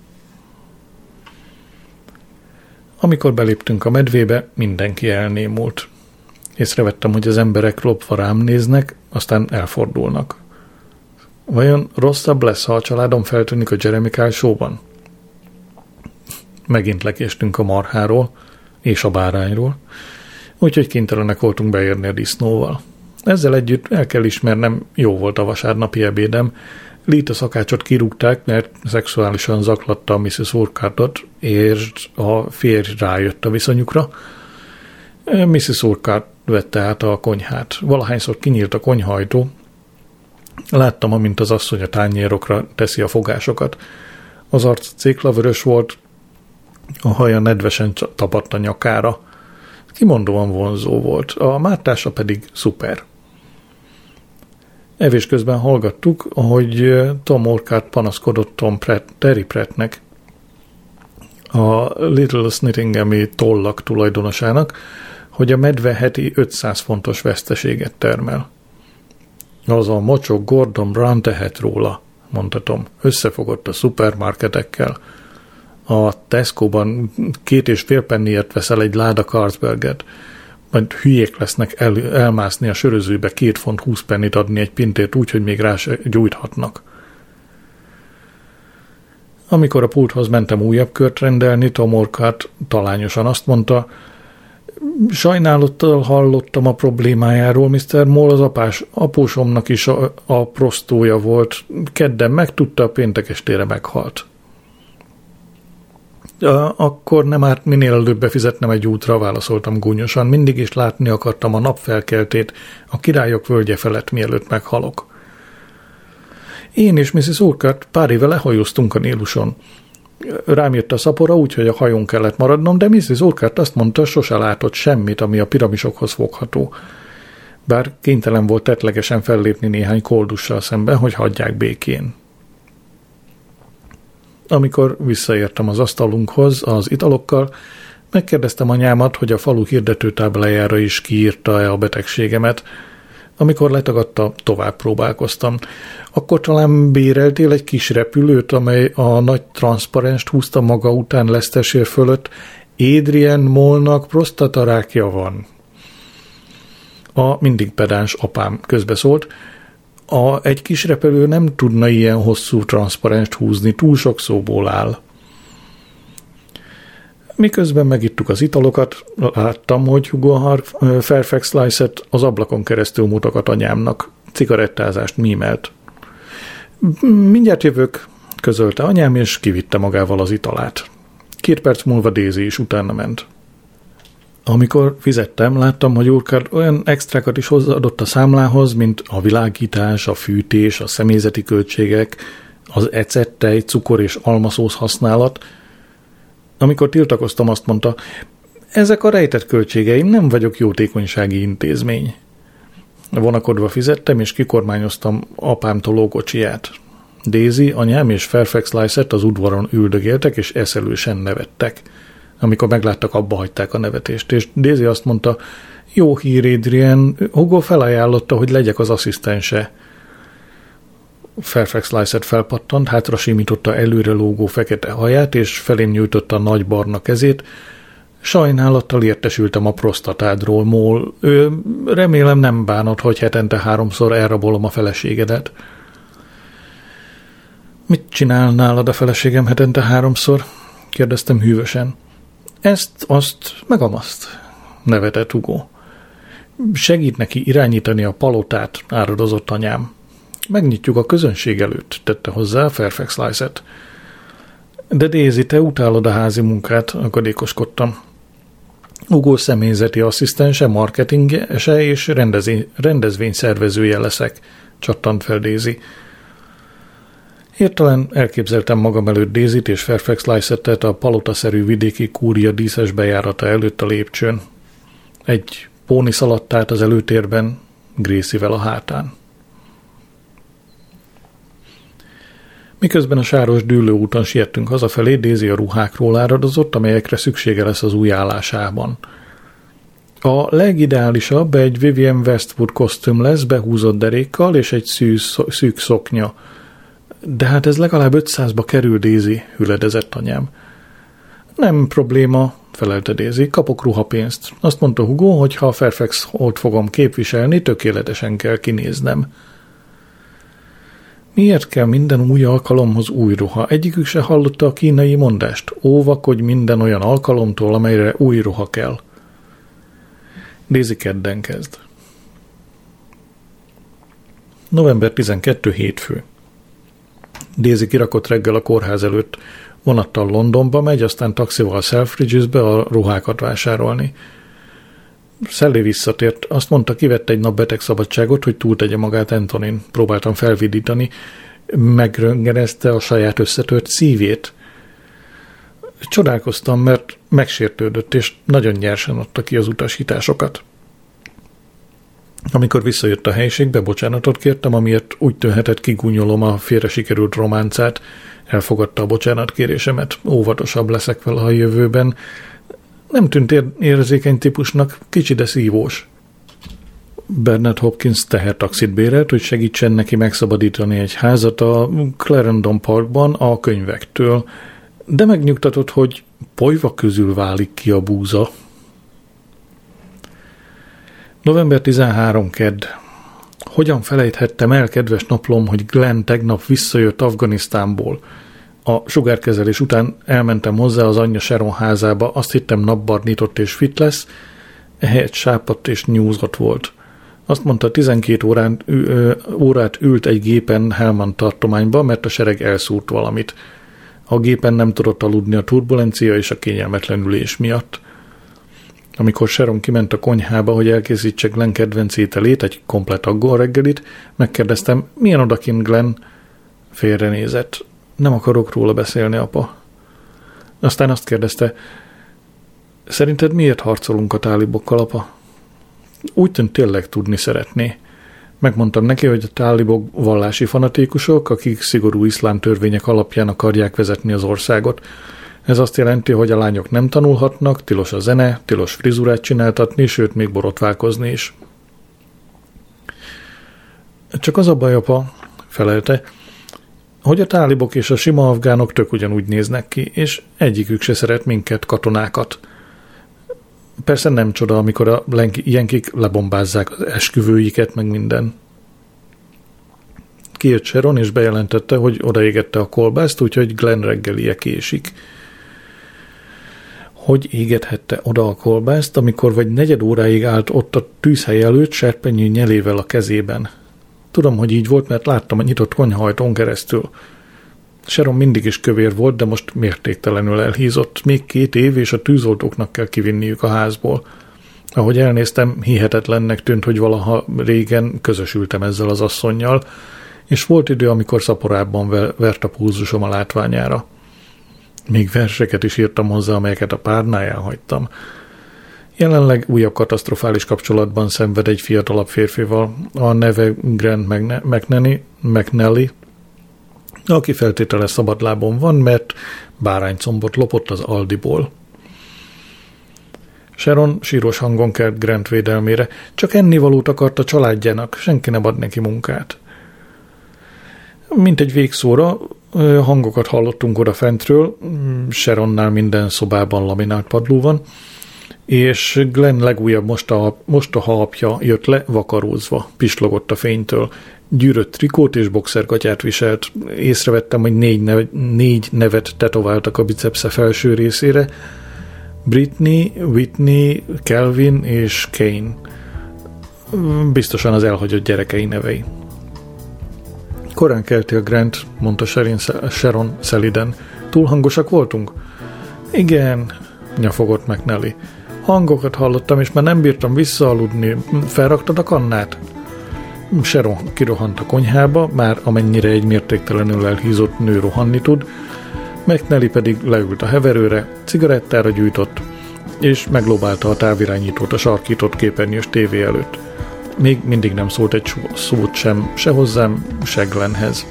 Speaker 1: Amikor beléptünk a medvébe, mindenki elnémult. Észrevettem, hogy az emberek lopva rám néznek, aztán elfordulnak. Vajon rosszabb lesz, ha a családom feltűnik a Jeremy Kyle Show-ban? Megint lekéstünk a marháról és a bárányról, úgyhogy kénytelenek voltunk beérni a disznóval. Ezzel együtt el kell ismernem, jó volt a vasárnapi ebédem. Lee-t a szakácsot kirúgták, mert szexuálisan zaklatta Mrs. Urquhartot, és a férj rájött a viszonyukra. Mrs. Urquhart vette át a konyhát. Valahányszor kinyílt a konyhajtó. Láttam, amint az asszony a tányérokra teszi a fogásokat. Az arc céklavörös volt, a haja nedvesen tapadt a nyakára. Kimondóan vonzó volt, a mártása pedig szuper. Evés közben hallgattuk, ahogy Tom Urquhart panaszkodott Terry Prattnek, a Little Snittinghami tollak tulajdonosának, hogy a medve heti 500 fontos veszteséget termel. Az a mocsok Gordon Brown tehet róla, mondta Tom. Összefogott a szupermarketekkel. A Tesco-ban 2,5 pennyért veszel egy láda Carlsberget, majd hülyék lesznek elmászni a sörözőbe 2 font 20 pennit adni egy pintért úgy, hogy még rá se gyújthatnak. Amikor a pulthoz mentem újabb kört rendelni, Tom Urquhart talányosan azt mondta, Sajnálattal hallottam a problémájáról, Mr. Moll az apósomnak is a prostója volt. Kedden megtudta, péntek estére meghalt. Akkor nem árt minél előbb befizetnem egy útra, válaszoltam gúnyosan. Mindig is látni akartam a napfelkeltét a Királyok völgye felett, mielőtt meghalok. Én és Mrs. Urquhart pár éve lehajóztunk a Níluson. Rám jött a szapora, úgyhogy a hajón kellett maradnom, de Mrs. Urquhart azt mondta, sose látott semmit, ami a piramisokhoz fogható. Bár kénytelen volt tettlegesen fellépni néhány koldussal szemben, hogy hagyják békén. Amikor visszaértem az asztalunkhoz az italokkal, megkérdeztem anyámat, hogy a falu hirdetőtáblájára is kiírta-e a betegségemet. Amikor letagadta, tovább próbálkoztam. Akkor talán béreltél egy kis repülőt, amely a nagy transzparenst húzta maga után Leicestershire fölött. Adrian Mollnak prostatarákja van. A mindig pedáns apám közbeszólt. Egy kis repülő nem tudna ilyen hosszú transzparenst húzni, túl sok szóból áll. Miközben megittuk az italokat, láttam, hogy Hugo Fairfax Lycett az ablakon keresztül mutogat anyámnak. Cigarettázást mímelt. Mindjárt jövök, közölte anyám, és kivitte magával az italát. 2 perc múlva Daisy is utána ment. Amikor fizettem, láttam, hogy Urquhart olyan extrákat is hozzáadott a számlához, mint a világítás, a fűtés, a személyzeti költségek, az ecettej, cukor és almaszósz használat. Amikor tiltakoztam, azt mondta, ezek a rejtett költségeim, nem vagyok jótékonysági intézmény. Vonakodva fizettem, és kikormányoztam apám tolókocsiját. Daisy, anyám és Fairfax Lycett az udvaron üldögéltek, és eszelősen nevettek. Amikor megláttak, abba hagyták a nevetést, és Daisy azt mondta, jó hír, Adrian, Hugo felajánlotta, hogy legyek az asszisztense. Fairfax Lycett felpattant, hátra simította előre lógó fekete haját, és felém nyújtotta a nagy barna kezét. Sajnálattal értesültem a prostatádról, Moll. Remélem nem bánod, hogy hetente 3-szor elrabolom a feleségedet. Mit csinál nálad a feleségem hetente 3-szor? Kérdeztem hűvösen. Ezt, azt, meg amazt, nevetett Hugo. Segít neki irányítani a palotát, áradozott anyám. Megnyitjuk a közönség előtt, tette hozzá Fairfax Lycett. De Daisy, te utálod a házi munkát, akadékoskodtam. Hugo személyzeti asszisztense, marketingese és rendezvényszervezője leszek, csattant fel Daisy. Hirtelen elképzeltem magam előtt Daisyt és Fairfax Lycettet a palotaszerű vidéki kúria díszes bejárata előtt a lépcsőn. Egy póni szaladt át az előtérben, Gracie-vel a hátán. Miközben a sáros dűlőúton siettünk hazafelé, Daisy a ruhákról áradozott, amelyekre szüksége lesz az új állásában. A legideálisabb egy Vivienne Westwood kosztüm lesz, behúzott derékkal és egy szűk szoknya. De hát ez legalább 500-ba kerül, Daisy, hüledezett anyám. Nem probléma, felelte Daisy, kapok ruhapénzt. Azt mondta Hugo, hogy ha a Fairfax-ot fogom képviselni, tökéletesen kell kinéznem. Miért kell minden új alkalomhoz új ruha? Egyikük se hallotta a kínai mondást. Óvakodj minden olyan alkalomtól, amelyre új ruha kell. Daisy kedden kezd. November 12. hétfő. Daisy kirakott reggel a kórház előtt. Vonattal Londonba megy, aztán taxival Selfridges-be a ruhákat vásárolni. Sally visszatért. Azt mondta, kivette egy nap betegszabadságot, hogy túltegye magát Antonin. Próbáltam felvidítani. Megröngenezte a saját összetört szívét. Csodálkoztam, mert megsértődött, és nagyon nyersen adta ki az utasításokat. Amikor visszajött a helyiségbe, bocsánatot kértem, amiért úgy tűnhetett, kigúnyolom a félre sikerült románcát. Elfogadta a bocsánatkérésemet. Óvatosabb leszek vele a jövőben. Nem tűnt érzékeny típusnak, kicsi, de szívós. Bernard Hopkins tehertaxit bérelt, hogy segítsen neki megszabadítani egy házat a Clarendon Parkban a könyvektől, de megnyugtatott, hogy polyva közül válik ki a búza. November 13. kedd. Hogyan felejthettem el, kedves naplom, hogy Glenn tegnap visszajött Afganisztánból. A sugárkezelés után elmentem hozzá az anyja Sharon házába, azt hittem napbarnított és fit lesz, ehelyett sápadt és nyúzott volt. Azt mondta, 12 órát ült egy gépen Helmand tartományba, mert a sereg elszúrt valamit. A gépen nem tudott aludni a turbulencia és a kényelmetlen ülés miatt. Amikor Sharon kiment a konyhába, hogy elkészítse Glenn kedvenc ételét, egy komplett aggon reggelit, megkérdeztem, milyen odakint Glenn? Félrenézett. Nem akarok róla beszélni, apa. Aztán azt kérdezte, szerinted miért harcolunk a tálibokkal, apa? Úgy tűnt, tényleg tudni szeretné. Megmondtam neki, hogy a tálibok vallási fanatikusok, akik szigorú iszlám törvények alapján akarják vezetni az országot. Ez azt jelenti, hogy a lányok nem tanulhatnak, tilos a zene, tilos frizurát csináltatni, sőt még borotválkozni is. Csak az a baj, apa, felelte, hogy a tálibok és a sima afgánok tök ugyanúgy néznek ki, és egyikük se szeret minket, katonákat. Persze nem csoda, amikor a ilyenkik lebombázzák az esküvőiket, meg minden. Kijött Sharon, és bejelentette, hogy odaégette a kolbászt, úgyhogy Glenn reggelie késik. Hogy égethette oda a kolbászt, amikor vagy 4 óráig állt ott a tűzhely előtt serpenyő nyelével a kezében. Tudom, hogy így volt, mert láttam a nyitott konyhajtón keresztül. Sharon mindig is kövér volt, de most mértéktelenül elhízott. Még 2 év, és a tűzoltóknak kell kivinniük a házból. Ahogy elnéztem, hihetetlennek tűnt, hogy valaha régen közösültem ezzel az asszonnyal, és volt idő, amikor szaporában vert a pulzusom a látványára. Még verseket is írtam hozzá, amelyeket a párnáján hagytam. Jelenleg újabb katasztrofális kapcsolatban szenved egy fiatalabb férfival, a neve Grant McNally, aki feltétele szabadlábon van, mert báránycombot lopott az Aldiból. Sharon síros hangon kelt Grant védelmére. Csak ennivalót akart a családjának, senki nem ad neki munkát. Mint egy végszóra, hangokat hallottunk oda fentről, Sharonnál minden szobában laminált padló van, és Glenn legújabb mostoha apja jött le vakarózva, pislogott a fénytől. Gyűrött trikót és boxergatyát viselt. Észrevettem, hogy 4 nevet tetováltak a bicepsze felső részére. Britney, Whitney, Calvin és Kane. Biztosan az elhagyott gyerekei nevei. Korán keltél, Grant, mondta Sharon szeliden. Túl hangosak voltunk? Igen, nyafogott McNally. Hangokat hallottam, és már nem bírtam visszaaludni. Felraktad a kannát? Sharon kirohant a konyhába, már amennyire egy mértéktelenül elhízott nő rohanni tud, McNally pedig leült a heverőre, cigarettára gyújtott, és meglóbálta a távirányítót a sarkított képernyős tévé előtt. Még mindig nem szólt egy szót sem, se hozzám, se Glennhez.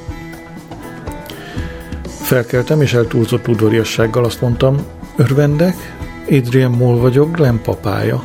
Speaker 1: Felkeltem, és eltúlzott udvariassággal azt mondtam, örvendek, Adrian Moll vagyok, Glenn papája.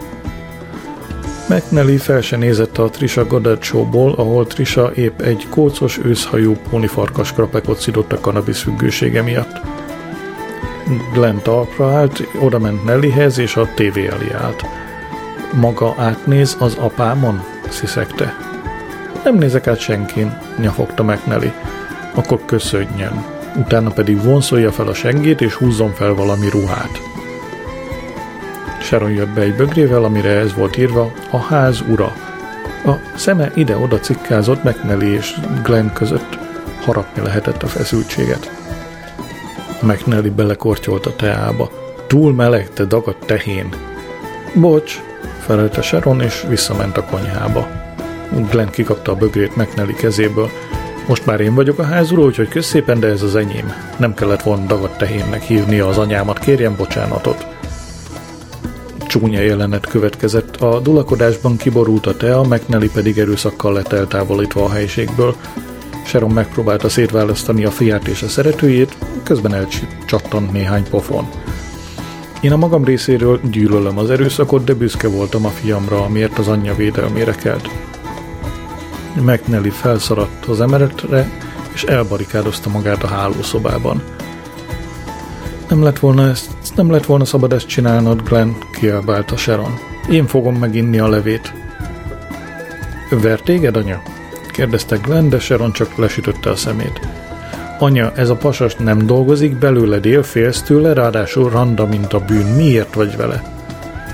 Speaker 1: McNally fel se nézett a Trisha Goddard Show-ból, ahol Trisha épp egy kócos, őszhajú pónifarkas krapekot szidott a kanabisz függősége miatt. Glenn talpra állt, oda ment Nellyhez, és a tévé elé állt. Maga átnéz az apámon? Sziszegte. Nem nézek át senkin, nyafogta McNally. Akkor köszönjön. Utána pedig vonszolja fel a sengét, és húzzon fel valami ruhát. Sharon jött be egy bögrével, amire ez volt írva, a ház ura. A szeme ide-oda cikkázott McNally és Glenn között. Harapni lehetett a feszültséget. McNally belekortyolt a teába. Túl meleg, te dagadt tehén. Bocs, felelte Sharon, és visszament a konyhába. Glenn kikapta a bögrét McNally kezéből. Most már én vagyok a házura, úgyhogy kösz szépen, de ez az enyém. Nem kellett volna dagadt tehénnek hívnia az anyámat, kérjen bocsánatot. Csúnya jelenet következett. A dulakodásban kiborult a tea, McNally pedig erőszakkal lett eltávolítva a helyiségből. Sharon megpróbálta szétválasztani a fiát és a szeretőjét, közben elcsattant néhány pofon. Én a magam részéről gyűlölöm az erőszakot, de büszke voltam a fiamra, amiért az anyja védelmére kelt. McNally felszaradt az emeletre, és elbarikádozta magát a hálószobában. Nem lett volna szabad ezt csinálnod, Glenn, kiabálta Sharon. Én fogom meginni a levét. Ver téged, anya? Kérdezte Glenn, de Sharon csak lesütötte a szemét. Anya, ez a pasas nem dolgozik, belőled él, félsz tőle, ráadásul randa, mint a bűn. Miért vagy vele?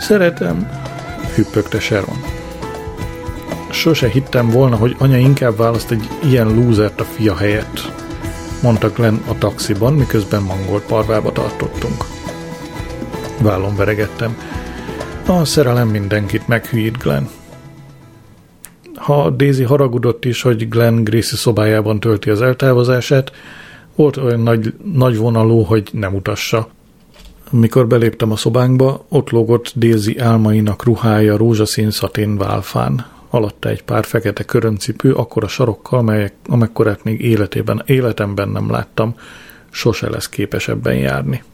Speaker 1: Szeretem, hüppögte Sharon. Sose hittem volna, hogy anya inkább választ egy ilyen lúzert a fia helyett, mondta Glenn a taxiban, miközben mangolt parvába tartottunk. Vállon veregettem. A szerelem mindenkit meghűít, Glenn. Ha Daisy haragudott is, hogy Glenn Gracie szobájában tölti az eltávozását, volt olyan nagy vonalú, hogy nem utassa. Mikor beléptem a szobánkba, ott lógott Daisy álmainak ruhája rózsaszín szatén válfán. Alatta egy pár fekete körömcipő, akkora sarokkal, amekkorát még életemben nem láttam, sose lesz képes ebben járni.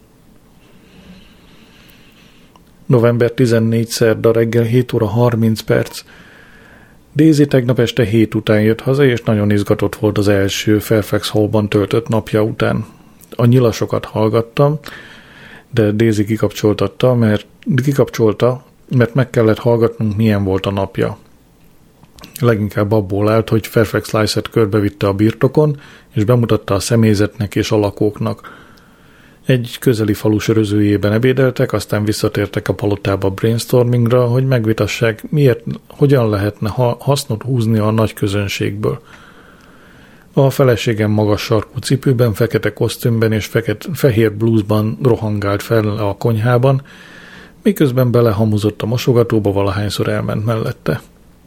Speaker 1: November 14. szerda reggel 7 óra 30 perc. Daisy tegnap este 7 után jött haza, és nagyon izgatott volt az első Fairfax Hallban töltött napja után. A nyilasokat hallgattam, de Daisy kikapcsolta, mert meg kellett hallgatnunk, milyen volt a napja. Leginkább abból állt, hogy Fairfax Lycet körbevitte a birtokon, és bemutatta a személyzetnek és a lakóknak. Egy közeli falu sörözőjében ebédeltek, aztán visszatértek a palotába brainstormingra, hogy megvitassák, hogyan lehetne hasznot húzni a nagy közönségből. A feleségem magas sarkú cipőben, fekete kosztümben és fehér blúzban rohangált fel a konyhában, miközben belehamuzott a mosogatóba, valahányszor elment mellette.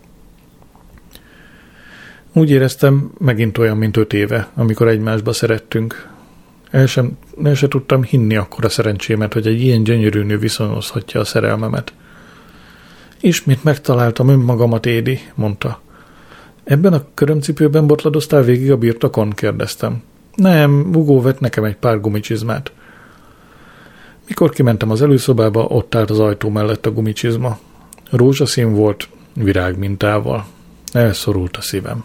Speaker 1: Úgy éreztem, megint olyan, mint 5 éve, amikor egymásba szerettünk. El sem tudtam hinni akkora szerencsémet, hogy egy ilyen gyönyörű nő viszonyozhatja a szerelmemet. Ismét megtaláltam önmagamat, Édi, mondta. Ebben a körömcipőben botladoztál végig a birtokon? Kérdeztem. Nem, Ugó vett nekem egy pár gumicsizmát. Mikor kimentem az előszobába, ott állt az ajtó mellett a gumicsizma. Rózsaszín volt, virágmintával. Elszorult a szívem.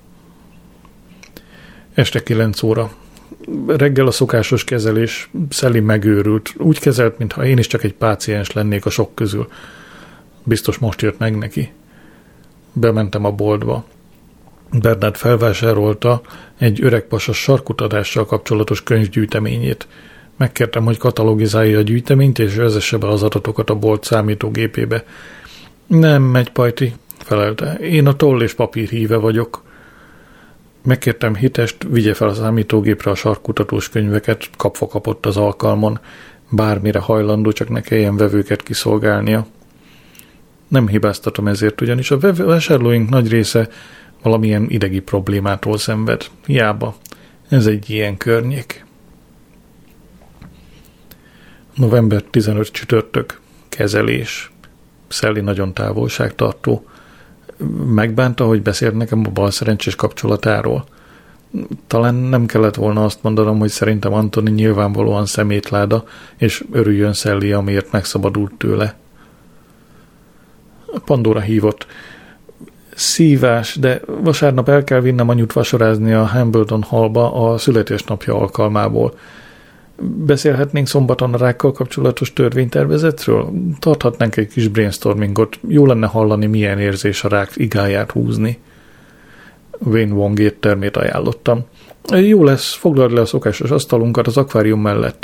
Speaker 1: Este 9 óra. Reggel a szokásos kezelés. Sally megőrült. Úgy kezelt, mintha én is csak egy páciens lennék a sok közül. Biztos most jött meg neki. Bementem a boltba. Bernard felvásárolta egy öregpasas sarkutatással kapcsolatos könyvgyűjteményét. Megkértem, hogy katalogizálja a gyűjteményt, és vezesse be az adatokat a bolt számítógépébe. Nem megy, Pajti, felelte. Én a toll és papír híve vagyok. Megkértem Hitest, vigye fel a számítógépre a sarkutatós könyveket, kapva kapott az alkalmon. Bármire hajlandó, csak ne kelljen vevőket kiszolgálnia. Nem hibáztatom ezért, ugyanis a vásárlóink nagy része valamilyen idegi problémától szenved. Hiába. Ez egy ilyen környék. November 15 csütörtök. Kezelés. Sally nagyon távolságtartó. Megbánta, hogy beszélt nekem a balszerencsés kapcsolatáról. Talán nem kellett volna azt mondanom, hogy szerintem Antoni nyilvánvalóan szemétláda, és örüljön Sally, amiért megszabadult tőle. Pandora hívott. Szívás, de vasárnap el kell vinnem anyut vasorázni a Hambledon Hallba a születésnapja alkalmából. Beszélhetnénk szombaton a rákkal kapcsolatos törvénytervezetről? Tarthatnánk egy kis brainstormingot. Jó lenne hallani, milyen érzés a rák igáját húzni. Wayne Wong éttermét ajánlottam. Jó lesz, foglald le a szokásos asztalunkat az akvárium mellett.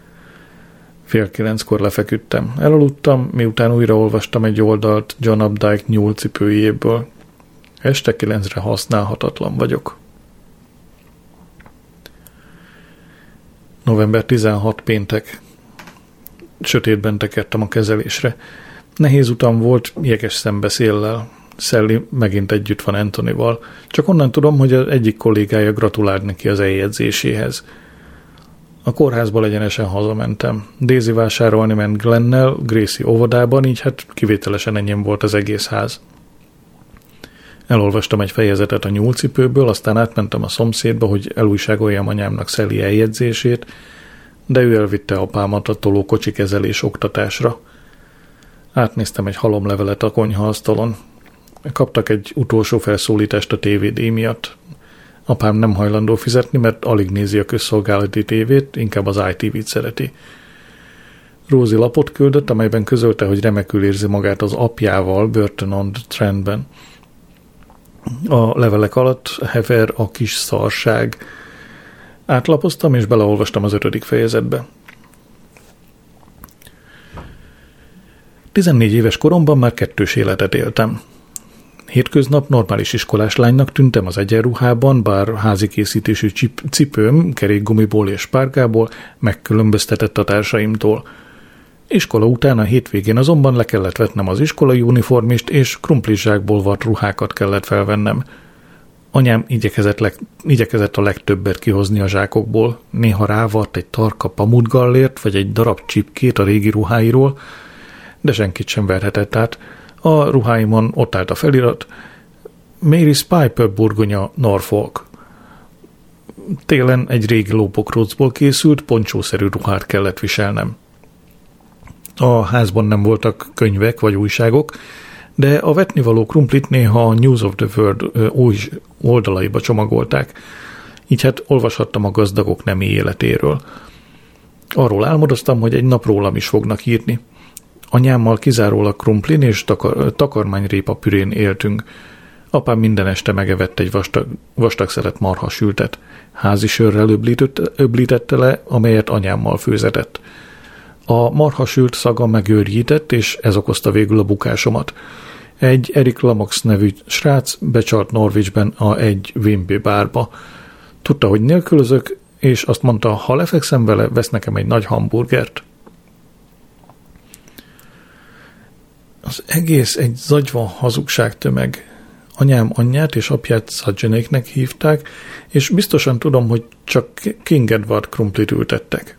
Speaker 1: 8:30 lefeküdtem. Elaludtam, miután újraolvastam egy oldalt John Updike nyúlcipőjéből. Este 9-re használhatatlan vagyok. November 16 péntek. Sötétben tekertem a kezelésre. Nehéz utam volt, jeges szembeszéllel. Sally megint együtt van Antonival. Csak onnan tudom, hogy az egyik kollégája gratulált neki az eljegyzéséhez. A kórházból egyenesen hazamentem. Daisy vásárolni ment Glennel, Gracie óvodában, így hát kivételesen enyém volt az egész ház. Elolvastam egy fejezetet a nyúlcipőből, aztán átmentem a szomszédba, hogy elújságoljam anyámnak Sally eljegyzését, de ő elvitte apámat a tolókocsi kezelés oktatásra. Átnéztem egy halomlevelet a konyhaasztalon. Kaptak egy utolsó felszólítást a tévédíj miatt. Apám nem hajlandó fizetni, mert alig nézi a közszolgálati tévét, inkább az ITV-t szereti. Rosie lapot küldött, amelyben közölte, hogy remekül érzi magát az apjával Burton-on-Trentben. A levelek alatt hever a kis szarság. Átlapoztam, és beleolvastam az 5. fejezetbe. 14 éves koromban már kettős életet éltem. Hétköznap normális iskolás lánynak tűntem az egyenruhában, bár házi készítésű cipőm, kerékgumiból és spárgából megkülönböztetett a társaimtól. Iskola után a hétvégén azonban le kellett vetnem az iskolai uniformist, és krumplizsákból vart ruhákat kellett felvennem. Anyám igyekezett a legtöbbet kihozni a zsákokból, néha rávart egy tarka pamutgallért, vagy egy darab csipkét a régi ruháiról, de senkit sem verhetett át. A ruháimon ott állt a felirat: Mary's Piper burgonya, Norfolk. Télen egy régi lópokrócból készült, poncsószerű ruhát kellett viselnem. A házban nem voltak könyvek vagy újságok, de a vetnivaló krumplit néha a News of the World oldalaiba csomagolták, így hát olvashattam a gazdagok nemi életéről. Arról álmodoztam, hogy egy nap rólam is fognak írni. Anyámmal kizárólag krumplin és takarmányrépa pürén éltünk. Apám minden este megevett egy vastag szelet marhasültet. Házi sörrel öblítette le, amelyet anyámmal főzetett. A marhasült szaga megőrjített, és ez okozta végül a bukásomat. Egy Erik Lamox nevű srác becsalt Norwichben egy Wimpy bárba. Tudta, hogy nélkülözök, és azt mondta, ha lefekszem vele, vesz nekem egy nagy hamburgert. Az egész egy zagyva hazugságtömeg. Anyám anyját és apját Szadzsenéknek hívták, és biztosan tudom, hogy csak King Edward krumplit ültettek.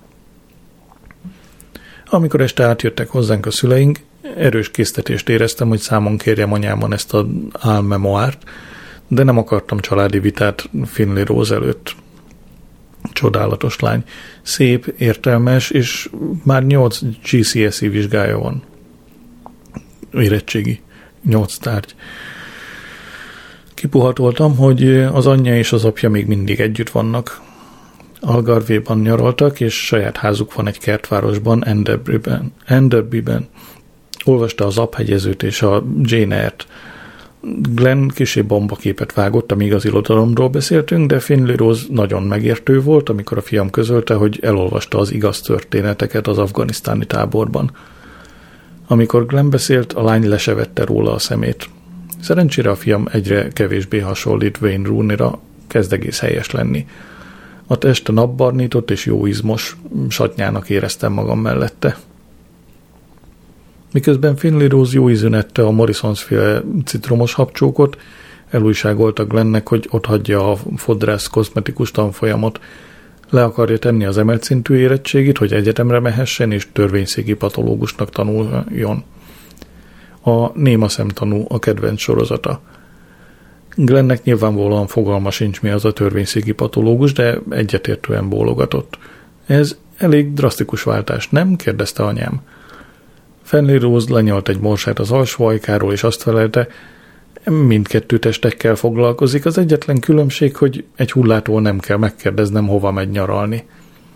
Speaker 1: Amikor este átjöttek hozzánk a szüleink, erős késztetést éreztem, hogy számon kérjem anyámon ezt az álmemoárt, de nem akartam családi vitát Finley Rose előtt. Csodálatos lány. Szép, értelmes, és már 8 GCSE vizsgája van. Érettségi. 8 tárgy. Kipuhatoltam, hogy az anyja és az apja még mindig együtt vannak. Algarvéban nyaraltak, és saját házuk van egy kertvárosban, Enderbyben. Olvasta az Aphegyezőt és a Jane Eyre-t. Glenn kissé bombaképet vágott, amíg az irodalomról beszéltünk, de Finley Rose nagyon megértő volt, amikor a fiam közölte, hogy elolvasta az igaz történeteket az afganisztáni táborban. Amikor Glenn beszélt, a lány le se vette róla a szemét. Szerencsére a fiam egyre kevésbé hasonlít Wayne Rooney-ra, kezd egész helyes lenni. A teste napbarnított és jóizmos, satnyának éreztem magam mellette. Miközben Finley Rose jó ízűn ette a Morrisons-féle citromos habcsókot, elújságolta Glennek, hogy ott hagyja a fodrász kozmetikus tanfolyamot. Le akarja tenni az emelt szintű érettségit, hogy egyetemre mehessen és törvényszéki patológusnak tanuljon. A Néma szemtanú a kedvenc sorozata. Glennek nyilvánvalóan fogalma sincs, mi az a törvényszéki patológus, de egyetértően bólogatott. Ez elég drasztikus váltás, nem? Kérdezte anyám. Finley Rose lenyalt egy morsát az alsó ajkáról, és azt felelte, mindkettő testekkel foglalkozik, az egyetlen különbség, hogy egy hullától nem kell megkérdeznem, hova megy nyaralni.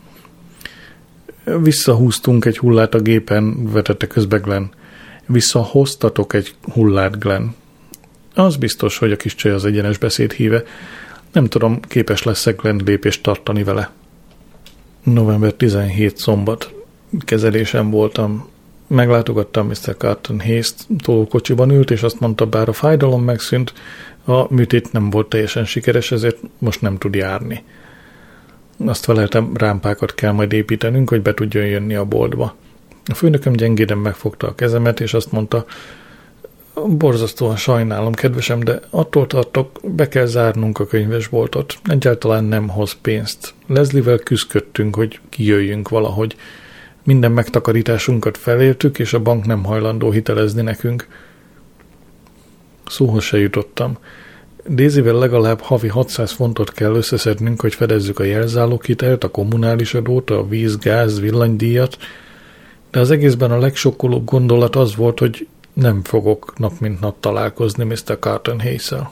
Speaker 1: Visszahúztunk egy hullát a gépen, vetette közbe Glenn. Visszahoztatok egy hullát, Glenn. Az biztos, hogy a kis csaj az egyenes beszéd híve. Nem tudom, képes lesz-e Glenn lépést tartani vele. November 17 szombat. Kezelésen voltam. Meglátogattam Mr. Carton Hayes-t, tolókocsiban ült, és azt mondta, bár a fájdalom megszűnt, a műtét nem volt teljesen sikeres, ezért most nem tud járni. Azt feleltem, rámpákat kell majd építenünk, hogy be tudjon jönni a boltba. A főnököm gyengéden megfogta a kezemet, és azt mondta, borzasztóan sajnálom, kedvesem, de attól tartok, be kell zárnunk a könyvesboltot. Egyáltalán nem hoz pénzt. Leslie-vel küzdködtünk, hogy kijöjjünk valahogy. Minden megtakarításunkat felértük, és a bank nem hajlandó hitelezni nekünk. Szóhoz se jutottam. Daisyvel legalább havi 600 fontot kell összeszednünk, hogy fedezzük a jelzáloghitelt, a kommunális adót, a víz, gáz, villanydíjat, de az egészben a legsokkolóbb gondolat az volt, hogy nem fogok nap mint nap találkozni Mr. Carton Hayes-szel.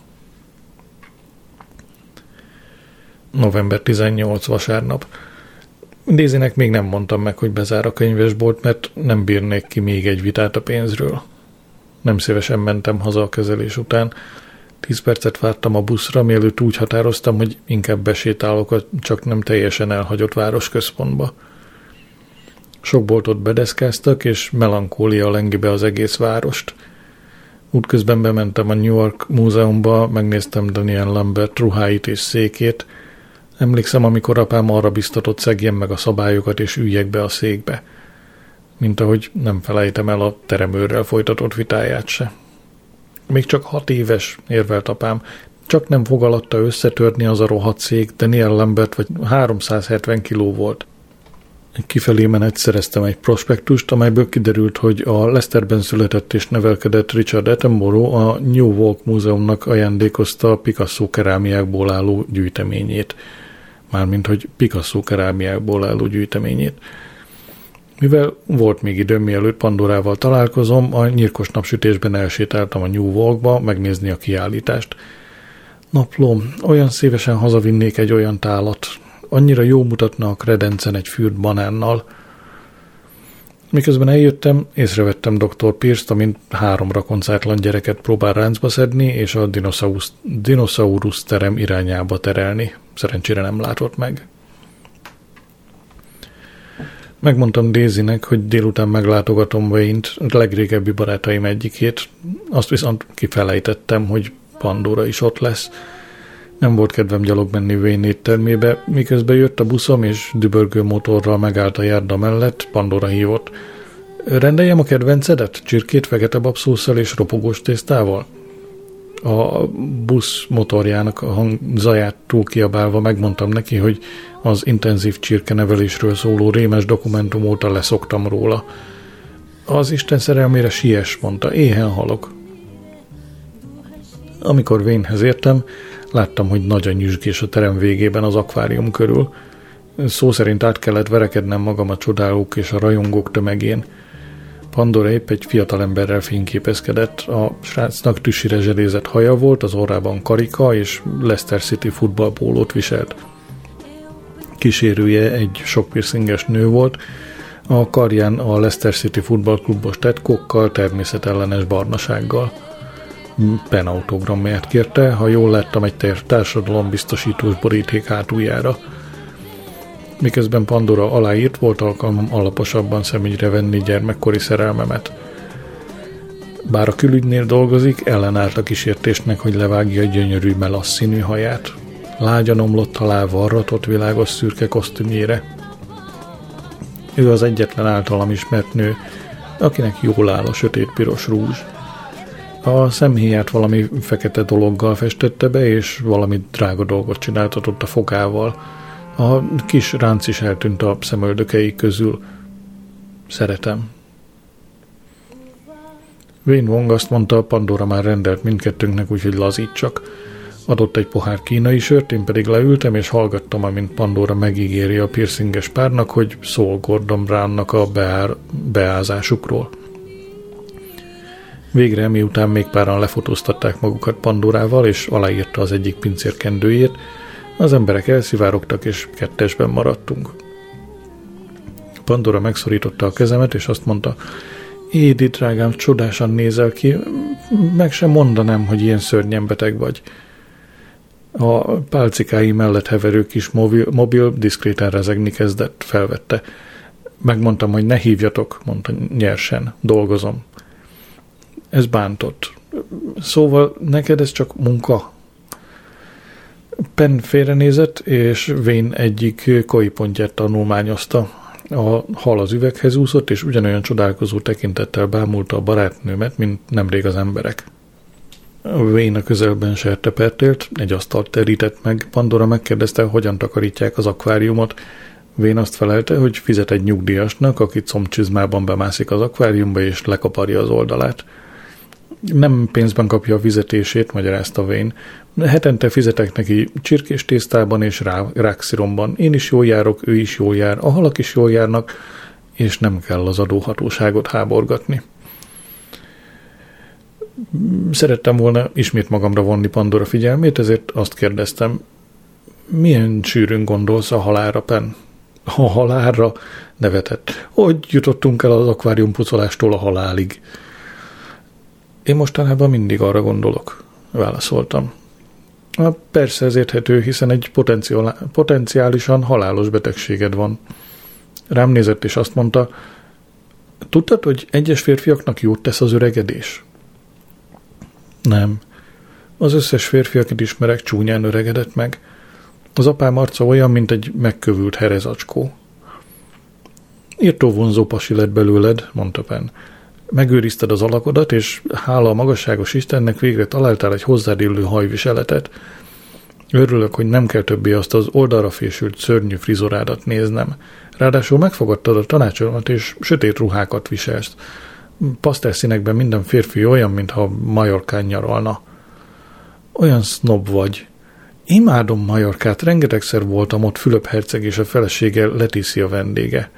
Speaker 1: November 18 vasárnap. Daisynek még nem mondtam meg, hogy bezár a könyvesbolt, mert nem bírnék ki még egy vitát a pénzről. Nem szívesen mentem haza a kezelés után. 10 percet vártam a buszra, mielőtt úgy határoztam, hogy inkább besétálok a csak nem teljesen elhagyott városközpontba. Sok boltot bedeszkáztak, és melankólia lengi be az egész várost. Útközben bementem a New York Múzeumba, megnéztem Daniel Lambert ruháit és székét. Emlékszem, amikor apám arra biztatott, szegjem meg a szabályokat, és üljek be a székbe. Mint ahogy nem felejtem el a teremőrrel folytatott vitáját se. Még csak 6 éves, érvelt apám, csak nem fogaladta összetörni az a rohadt szék, Daniel Lambert vagy 370 kiló volt. Kifelé menet szereztem egy prospektust, amelyből kiderült, hogy a Leicesterben született és nevelkedett Richard Attenborough a New Walk Múzeumnak ajándékozta Picasso kerámiákból álló gyűjteményét. Mármint, hogy Picasso kerámiákból álló gyűjteményét. Mivel volt még időm, mielőtt Pandorával találkozom, a nyírkos napsütésben elsétáltam a New Walkba megnézni a kiállítást. Naplóm, olyan szívesen hazavinnék egy olyan tálat. Annyira jó mutatna a kredencen egy fűrt banánnal. Miközben eljöttem, észrevettem Dr. Pierce-t, amint 3 rakoncátlan gyereket próbál ráncba szedni, és a dinoszaurusz terem irányába terelni. Szerencsére nem látott meg. Megmondtam Daisynek, hogy délután meglátogatom Wayne-t, legrégebbi barátaim egyikét, azt viszont kifelejtettem, hogy Pandora is ott lesz. Nem volt kedvem gyalog menni Wayne éttermébe, miközben jött a buszom, és dübörgő motorral megállt a járda mellett, Pandora hívott. Rendeljem a kedvencedet? Csirkét fekete babszósszal és ropogós tésztával? A busz motorjának a zaját túlkiabálva megmondtam neki, hogy az intenzív csirkenevelésről szóló rémes dokumentum óta leszoktam róla. Az Isten szerelmére siess, mondta, éhen halok. Amikor Waynehez értem, láttam, hogy nagy a nyüzsgés a terem végében az akvárium körül. Szó szerint át kellett verekednem magam a csodálók és a rajongók tömegén. Pandora épp egy fiatalemberrel fényképezkedett, a srácnak tüsire zselézett haja volt, az orrában karika és Leicester City futballpólót viselt. Kísérője egy sok piercinges nő volt, a karján a Leicester City futballklubos tetkókkal, természetellenes barnasággal. Pen autogrammját kérte, ha jól láttam, egy társadalombiztosítós boríték hátuljára. Miközben Pandora aláírt, volt alkalmam alaposabban szemügyre venni gyermekkori szerelmemet. Bár a külügynél dolgozik, ellenállt a kísértésnek, hogy levágja a gyönyörű melasz színű haját. Lágyan omlott alá varratott világos szürke kosztümjére. Ő az egyetlen általam ismert nő, akinek jól áll a sötétpiros rúzs. A szemhéját valami fekete dologgal festette be, és valami drága dolgot csináltatott a fogával. A kis ránc is eltűnt a szemöldökei közül. Szeretem. Wayne Wong azt mondta, Pandora már rendelt mindkettőnknek, úgyhogy lazítsak. Adott egy pohár kínai sört, én pedig leültem, és hallgattam, amint Pandora megígéri a piercinges párnak, hogy szól Gordon Brownnak a beázásukról. Végre, miután még páran lefotóztatták magukat Pandorával, és aláírta az egyik pincér kendőjét, az emberek elszivárogtak, és kettesben maradtunk. Pandora megszorította a kezemet, és azt mondta, Édi, drágám, csodásan nézel ki, meg sem mondanám, hogy ilyen szörnyen beteg vagy. A pálcikái mellett heverő kis mobil diszkréten rezegni kezdett, felvette. Megmondtam, hogy ne hívjatok, mondta nyersen, dolgozom. Ez bántott. Szóval neked ez csak munka? Penn félrenézett, és Wayne egyik kojpontját tanulmányozta. A hal az üveghez úszott, és ugyanolyan csodálkozó tekintettel bámulta a barátnőmet, mint nemrég az emberek. Wayne a közelben sertepertélt, egy asztalt terített meg, Pandora megkérdezte, hogyan takarítják az akváriumot. Wayne azt felelte, hogy fizet egy nyugdíjasnak, aki combcsizmában bemászik az akváriumba, és lekaparja az oldalát. Nem pénzben kapja a fizetését, magyarázta Wayne. Hetente fizetek neki csirkés tésztában és ráksziromban. Én is jól járok, ő is jól jár, a halak is jól járnak, és nem kell az adóhatóságot háborgatni. Szerettem volna ismét magamra vonni Pandora figyelmét, ezért azt kérdeztem, milyen sűrűn gondolsz a halálra, Penn? A halálra? Nevetett. Hogy jutottunk el az akváriumpucolástól a halálig? Én mostanában mindig arra gondolok, válaszoltam. Persze ez érthető, hiszen egy potenciálisan halálos betegséged van. Rám nézett, és azt mondta, tudtad, hogy egyes férfiaknak jót tesz az öregedés? Nem. Az összes férfi, akit ismerek, csúnyán öregedett meg. Az apám arca olyan, mint egy megkövült herezacskó. Írtó vonzó pasi lett belőled, mondta Penn. Megőrizted az alakodat, és hála a magasságos Istennek végre találtál egy hozzád illő hajviseletet. Örülök, hogy nem kell többé azt az oldalra fésült szörnyű frizorádat néznem. Ráadásul megfogadtad a tanácsomat, és sötét ruhákat viselsz. Pasztelszínekben minden férfi olyan, mintha Majorkán nyaralna. Olyan sznob vagy. Imádom Majorkát, rengetegszer voltam ott, Fülöp herceg és a felesége Leticia vendége.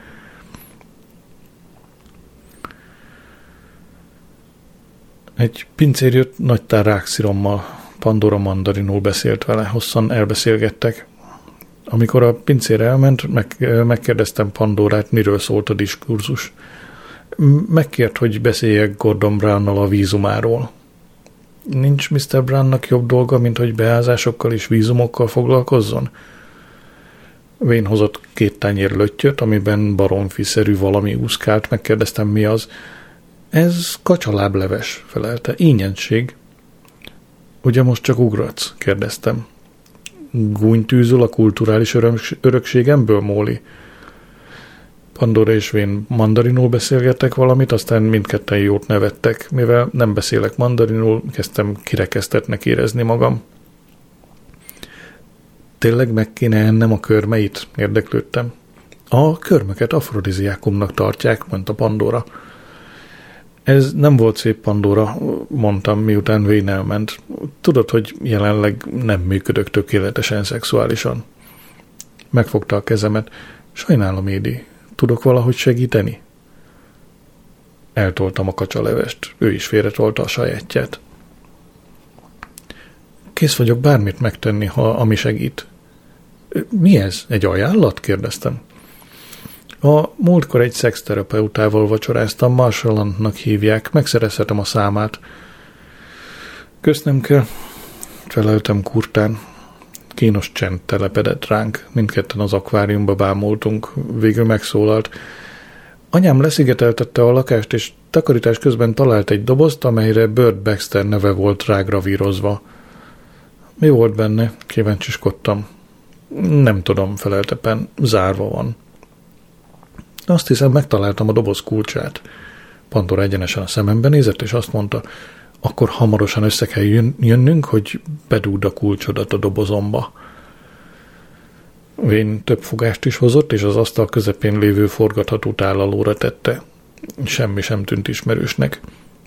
Speaker 1: Egy pincér jött nagy tár rákszirommal. Pandora mandarinul beszélt vele, hosszan elbeszélgettek. Amikor a pincér elment, megkérdeztem Pandorát, miről szólt a diskurzus. Megkért, hogy beszéljek Gordon Brownnal a vízumáról. Nincs Mr. Brownnak jobb dolga, mint hogy beázásokkal és vízumokkal foglalkozzon? Wayne hozott 2 tányér löttyöt, amiben baromfiszerű valami úszkált, megkérdeztem, mi az. Ez kacsalábleves, felelte. Ínyenség. Ugye most csak ugratsz? Kérdeztem. Gúnytűzöl a kulturális örökségemből, Móli? Pandora és Wayne mandarinul beszélgettek valamit, aztán mindketten jót nevettek. Mivel nem beszélek mandarinul, kezdtem kirekesztettnek érezni magam. Tényleg meg kéne ennem a körmeit? Érdeklődtem. A körmöket afrodiziákumnak tartják, mondta Pandora. Ez nem volt szép, Pandora, mondtam, miután Wayne elment. Tudod, hogy jelenleg nem működök tökéletesen szexuálisan. Megfogta a kezemet. Sajnálom, Édi. Tudok valahogy segíteni? Eltoltam a kacsalevest. Ő is félretolta a sajátját. Kész vagyok bármit megtenni, ami segít. Mi ez? Egy ajánlat? Kérdeztem. A múltkor egy szexterapeutával vacsoráztam, Marshallnak hívják, megszerezhetem a számát. Köszönöm kell, feleltem kurtán. Kínos csend telepedett ránk, mindketten az akváriumba bámultunk, végül megszólalt. Anyám leszigeteltette a lakást, és takarítás közben talált egy dobozt, amelyre Bird Baxter neve volt rágravírozva. Mi volt benne? Kíváncsiskodtam. Nem tudom, felelte Penn, zárva van. Azt hiszem, megtaláltam a doboz kulcsát. Pandora egyenesen a szemembe nézett, és azt mondta, akkor hamarosan össze kell jönnünk, hogy bedugd a kulcsodat a dobozomba. Wayne több fogást is hozott, és az asztal közepén lévő forgatható tálalóra tette. Semmi sem tűnt ismerősnek.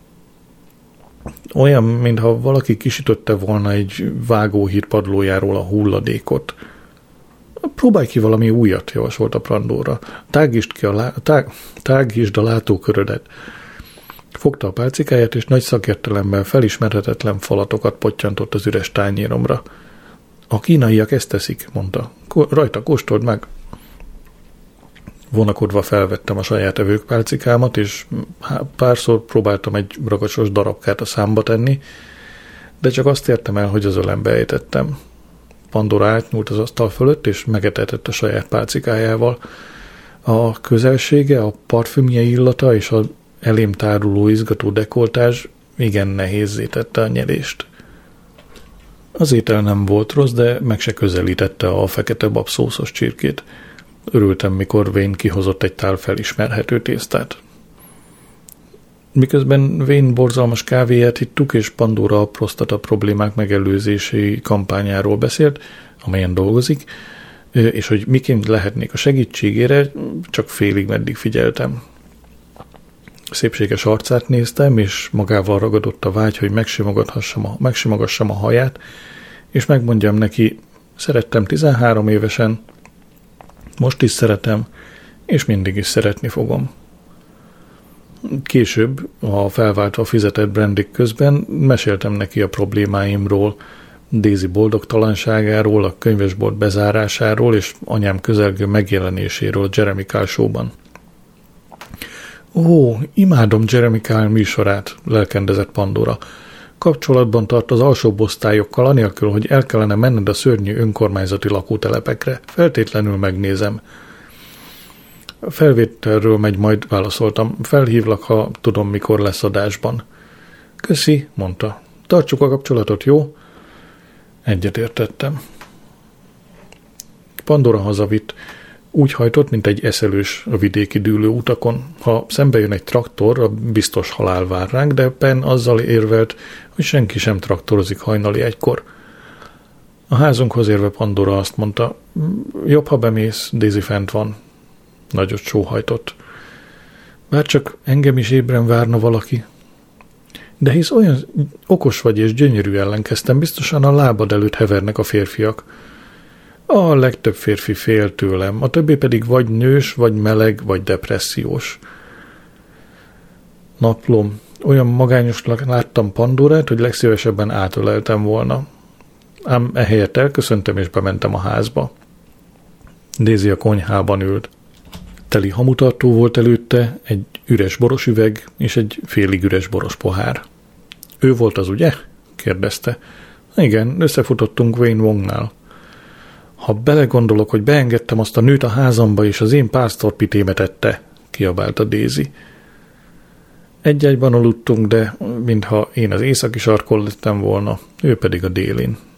Speaker 1: Olyan, mintha valaki kisütötte volna egy vágóhíd padlójáról a hulladékot. Próbálj ki valami újat, javasolta Pandora. Tágítsd a látókörödet. Fogta a pálcikáját, és nagy szakértelemmel felismerhetetlen falatokat pottyantott az üres tányéromra. A kínaiak ezt teszik, mondta. Rajta kóstold meg. Vonakodva felvettem a saját evőpálcikámat, és párszor próbáltam egy ragacsos darabkát a számba tenni, de csak azt értem el, hogy az ölembe ejtettem. Pandora átnyúlt az asztal fölött, és megetetett a saját pálcikájával. A közelsége, a parfümje illata és az elém táruló izgató dekoltázs igen nehézzé tette a nyelést. Az étel nem volt rossz, de meg se közelítette a fekete babszószos csirkét. Örültem, mikor Wayne kihozott egy tál felismerhető tésztát. Miközben Wayne borzalmas kávéját ittuk, és Pandora a prostata problémák megelőzési kampányáról beszélt, amelyen dolgozik, és hogy miként lehetnék a segítségére, csak félig meddig figyeltem. Szépséges arcát néztem, és magával ragadott a vágy, hogy megsimogassam a haját, és megmondjam neki, szerettem 13 évesen, most is szeretem, és mindig is szeretni fogom. Később, a felváltva fizetett brandik közben meséltem neki a problémáimról, Daisy boldogtalanságáról, a könyvesbolt bezárásáról és anyám közelgő megjelenéséről Jeremy Kyle show-ban. Ó, imádom Jeremy Kyle műsorát, lelkendezett Pandora. Kapcsolatban tart az alsóbb osztályokkal, anélkül, hogy el kellene menned a szörnyű önkormányzati lakótelepekre. Feltétlenül megnézem. Felvételről megy, majd válaszoltam. Felhívlak, ha tudom, mikor lesz adásban. Köszi, mondta. Tartsuk a kapcsolatot, jó? Egyetértettem. Pandora hazavitt. Úgy hajtott, mint egy eszelős a vidéki dűlő utakon. Ha szembe jön egy traktor, a biztos halál vár ránk, de Penn azzal érvelt, hogy senki sem traktorozik hajnali egykor. A házunkhoz érve Pandora azt mondta, jobb, ha bemész, Daisy fent van. Nagyot sóhajtott. Bár csak engem is ébren várna valaki. De hisz olyan okos vagy és gyönyörű, ellenkeztem, biztosan a lábad előtt hevernek a férfiak. A legtöbb férfi fél tőlem, a többi pedig vagy nős, vagy meleg, vagy depressziós. Naplom, olyan magányosnak láttam Pandorát, hogy legszívesebben átöleltem volna. Ám ehelyett elköszöntem és bementem a házba. Daisy a konyhában ült. Teli hamutartó volt előtte, egy üres borosüveg és egy félig üres boros pohár. Ő volt az, ugye? Kérdezte. Igen, összefutottunk Wayne Wongnál. Ha belegondolok, hogy beengedtem azt a nőt a házamba, és az én pásztorpitémet ette, kiabálta Daisy. Egy-egyben aludtunk, de mintha én az északi sarkon lettem volna, ő pedig a délin.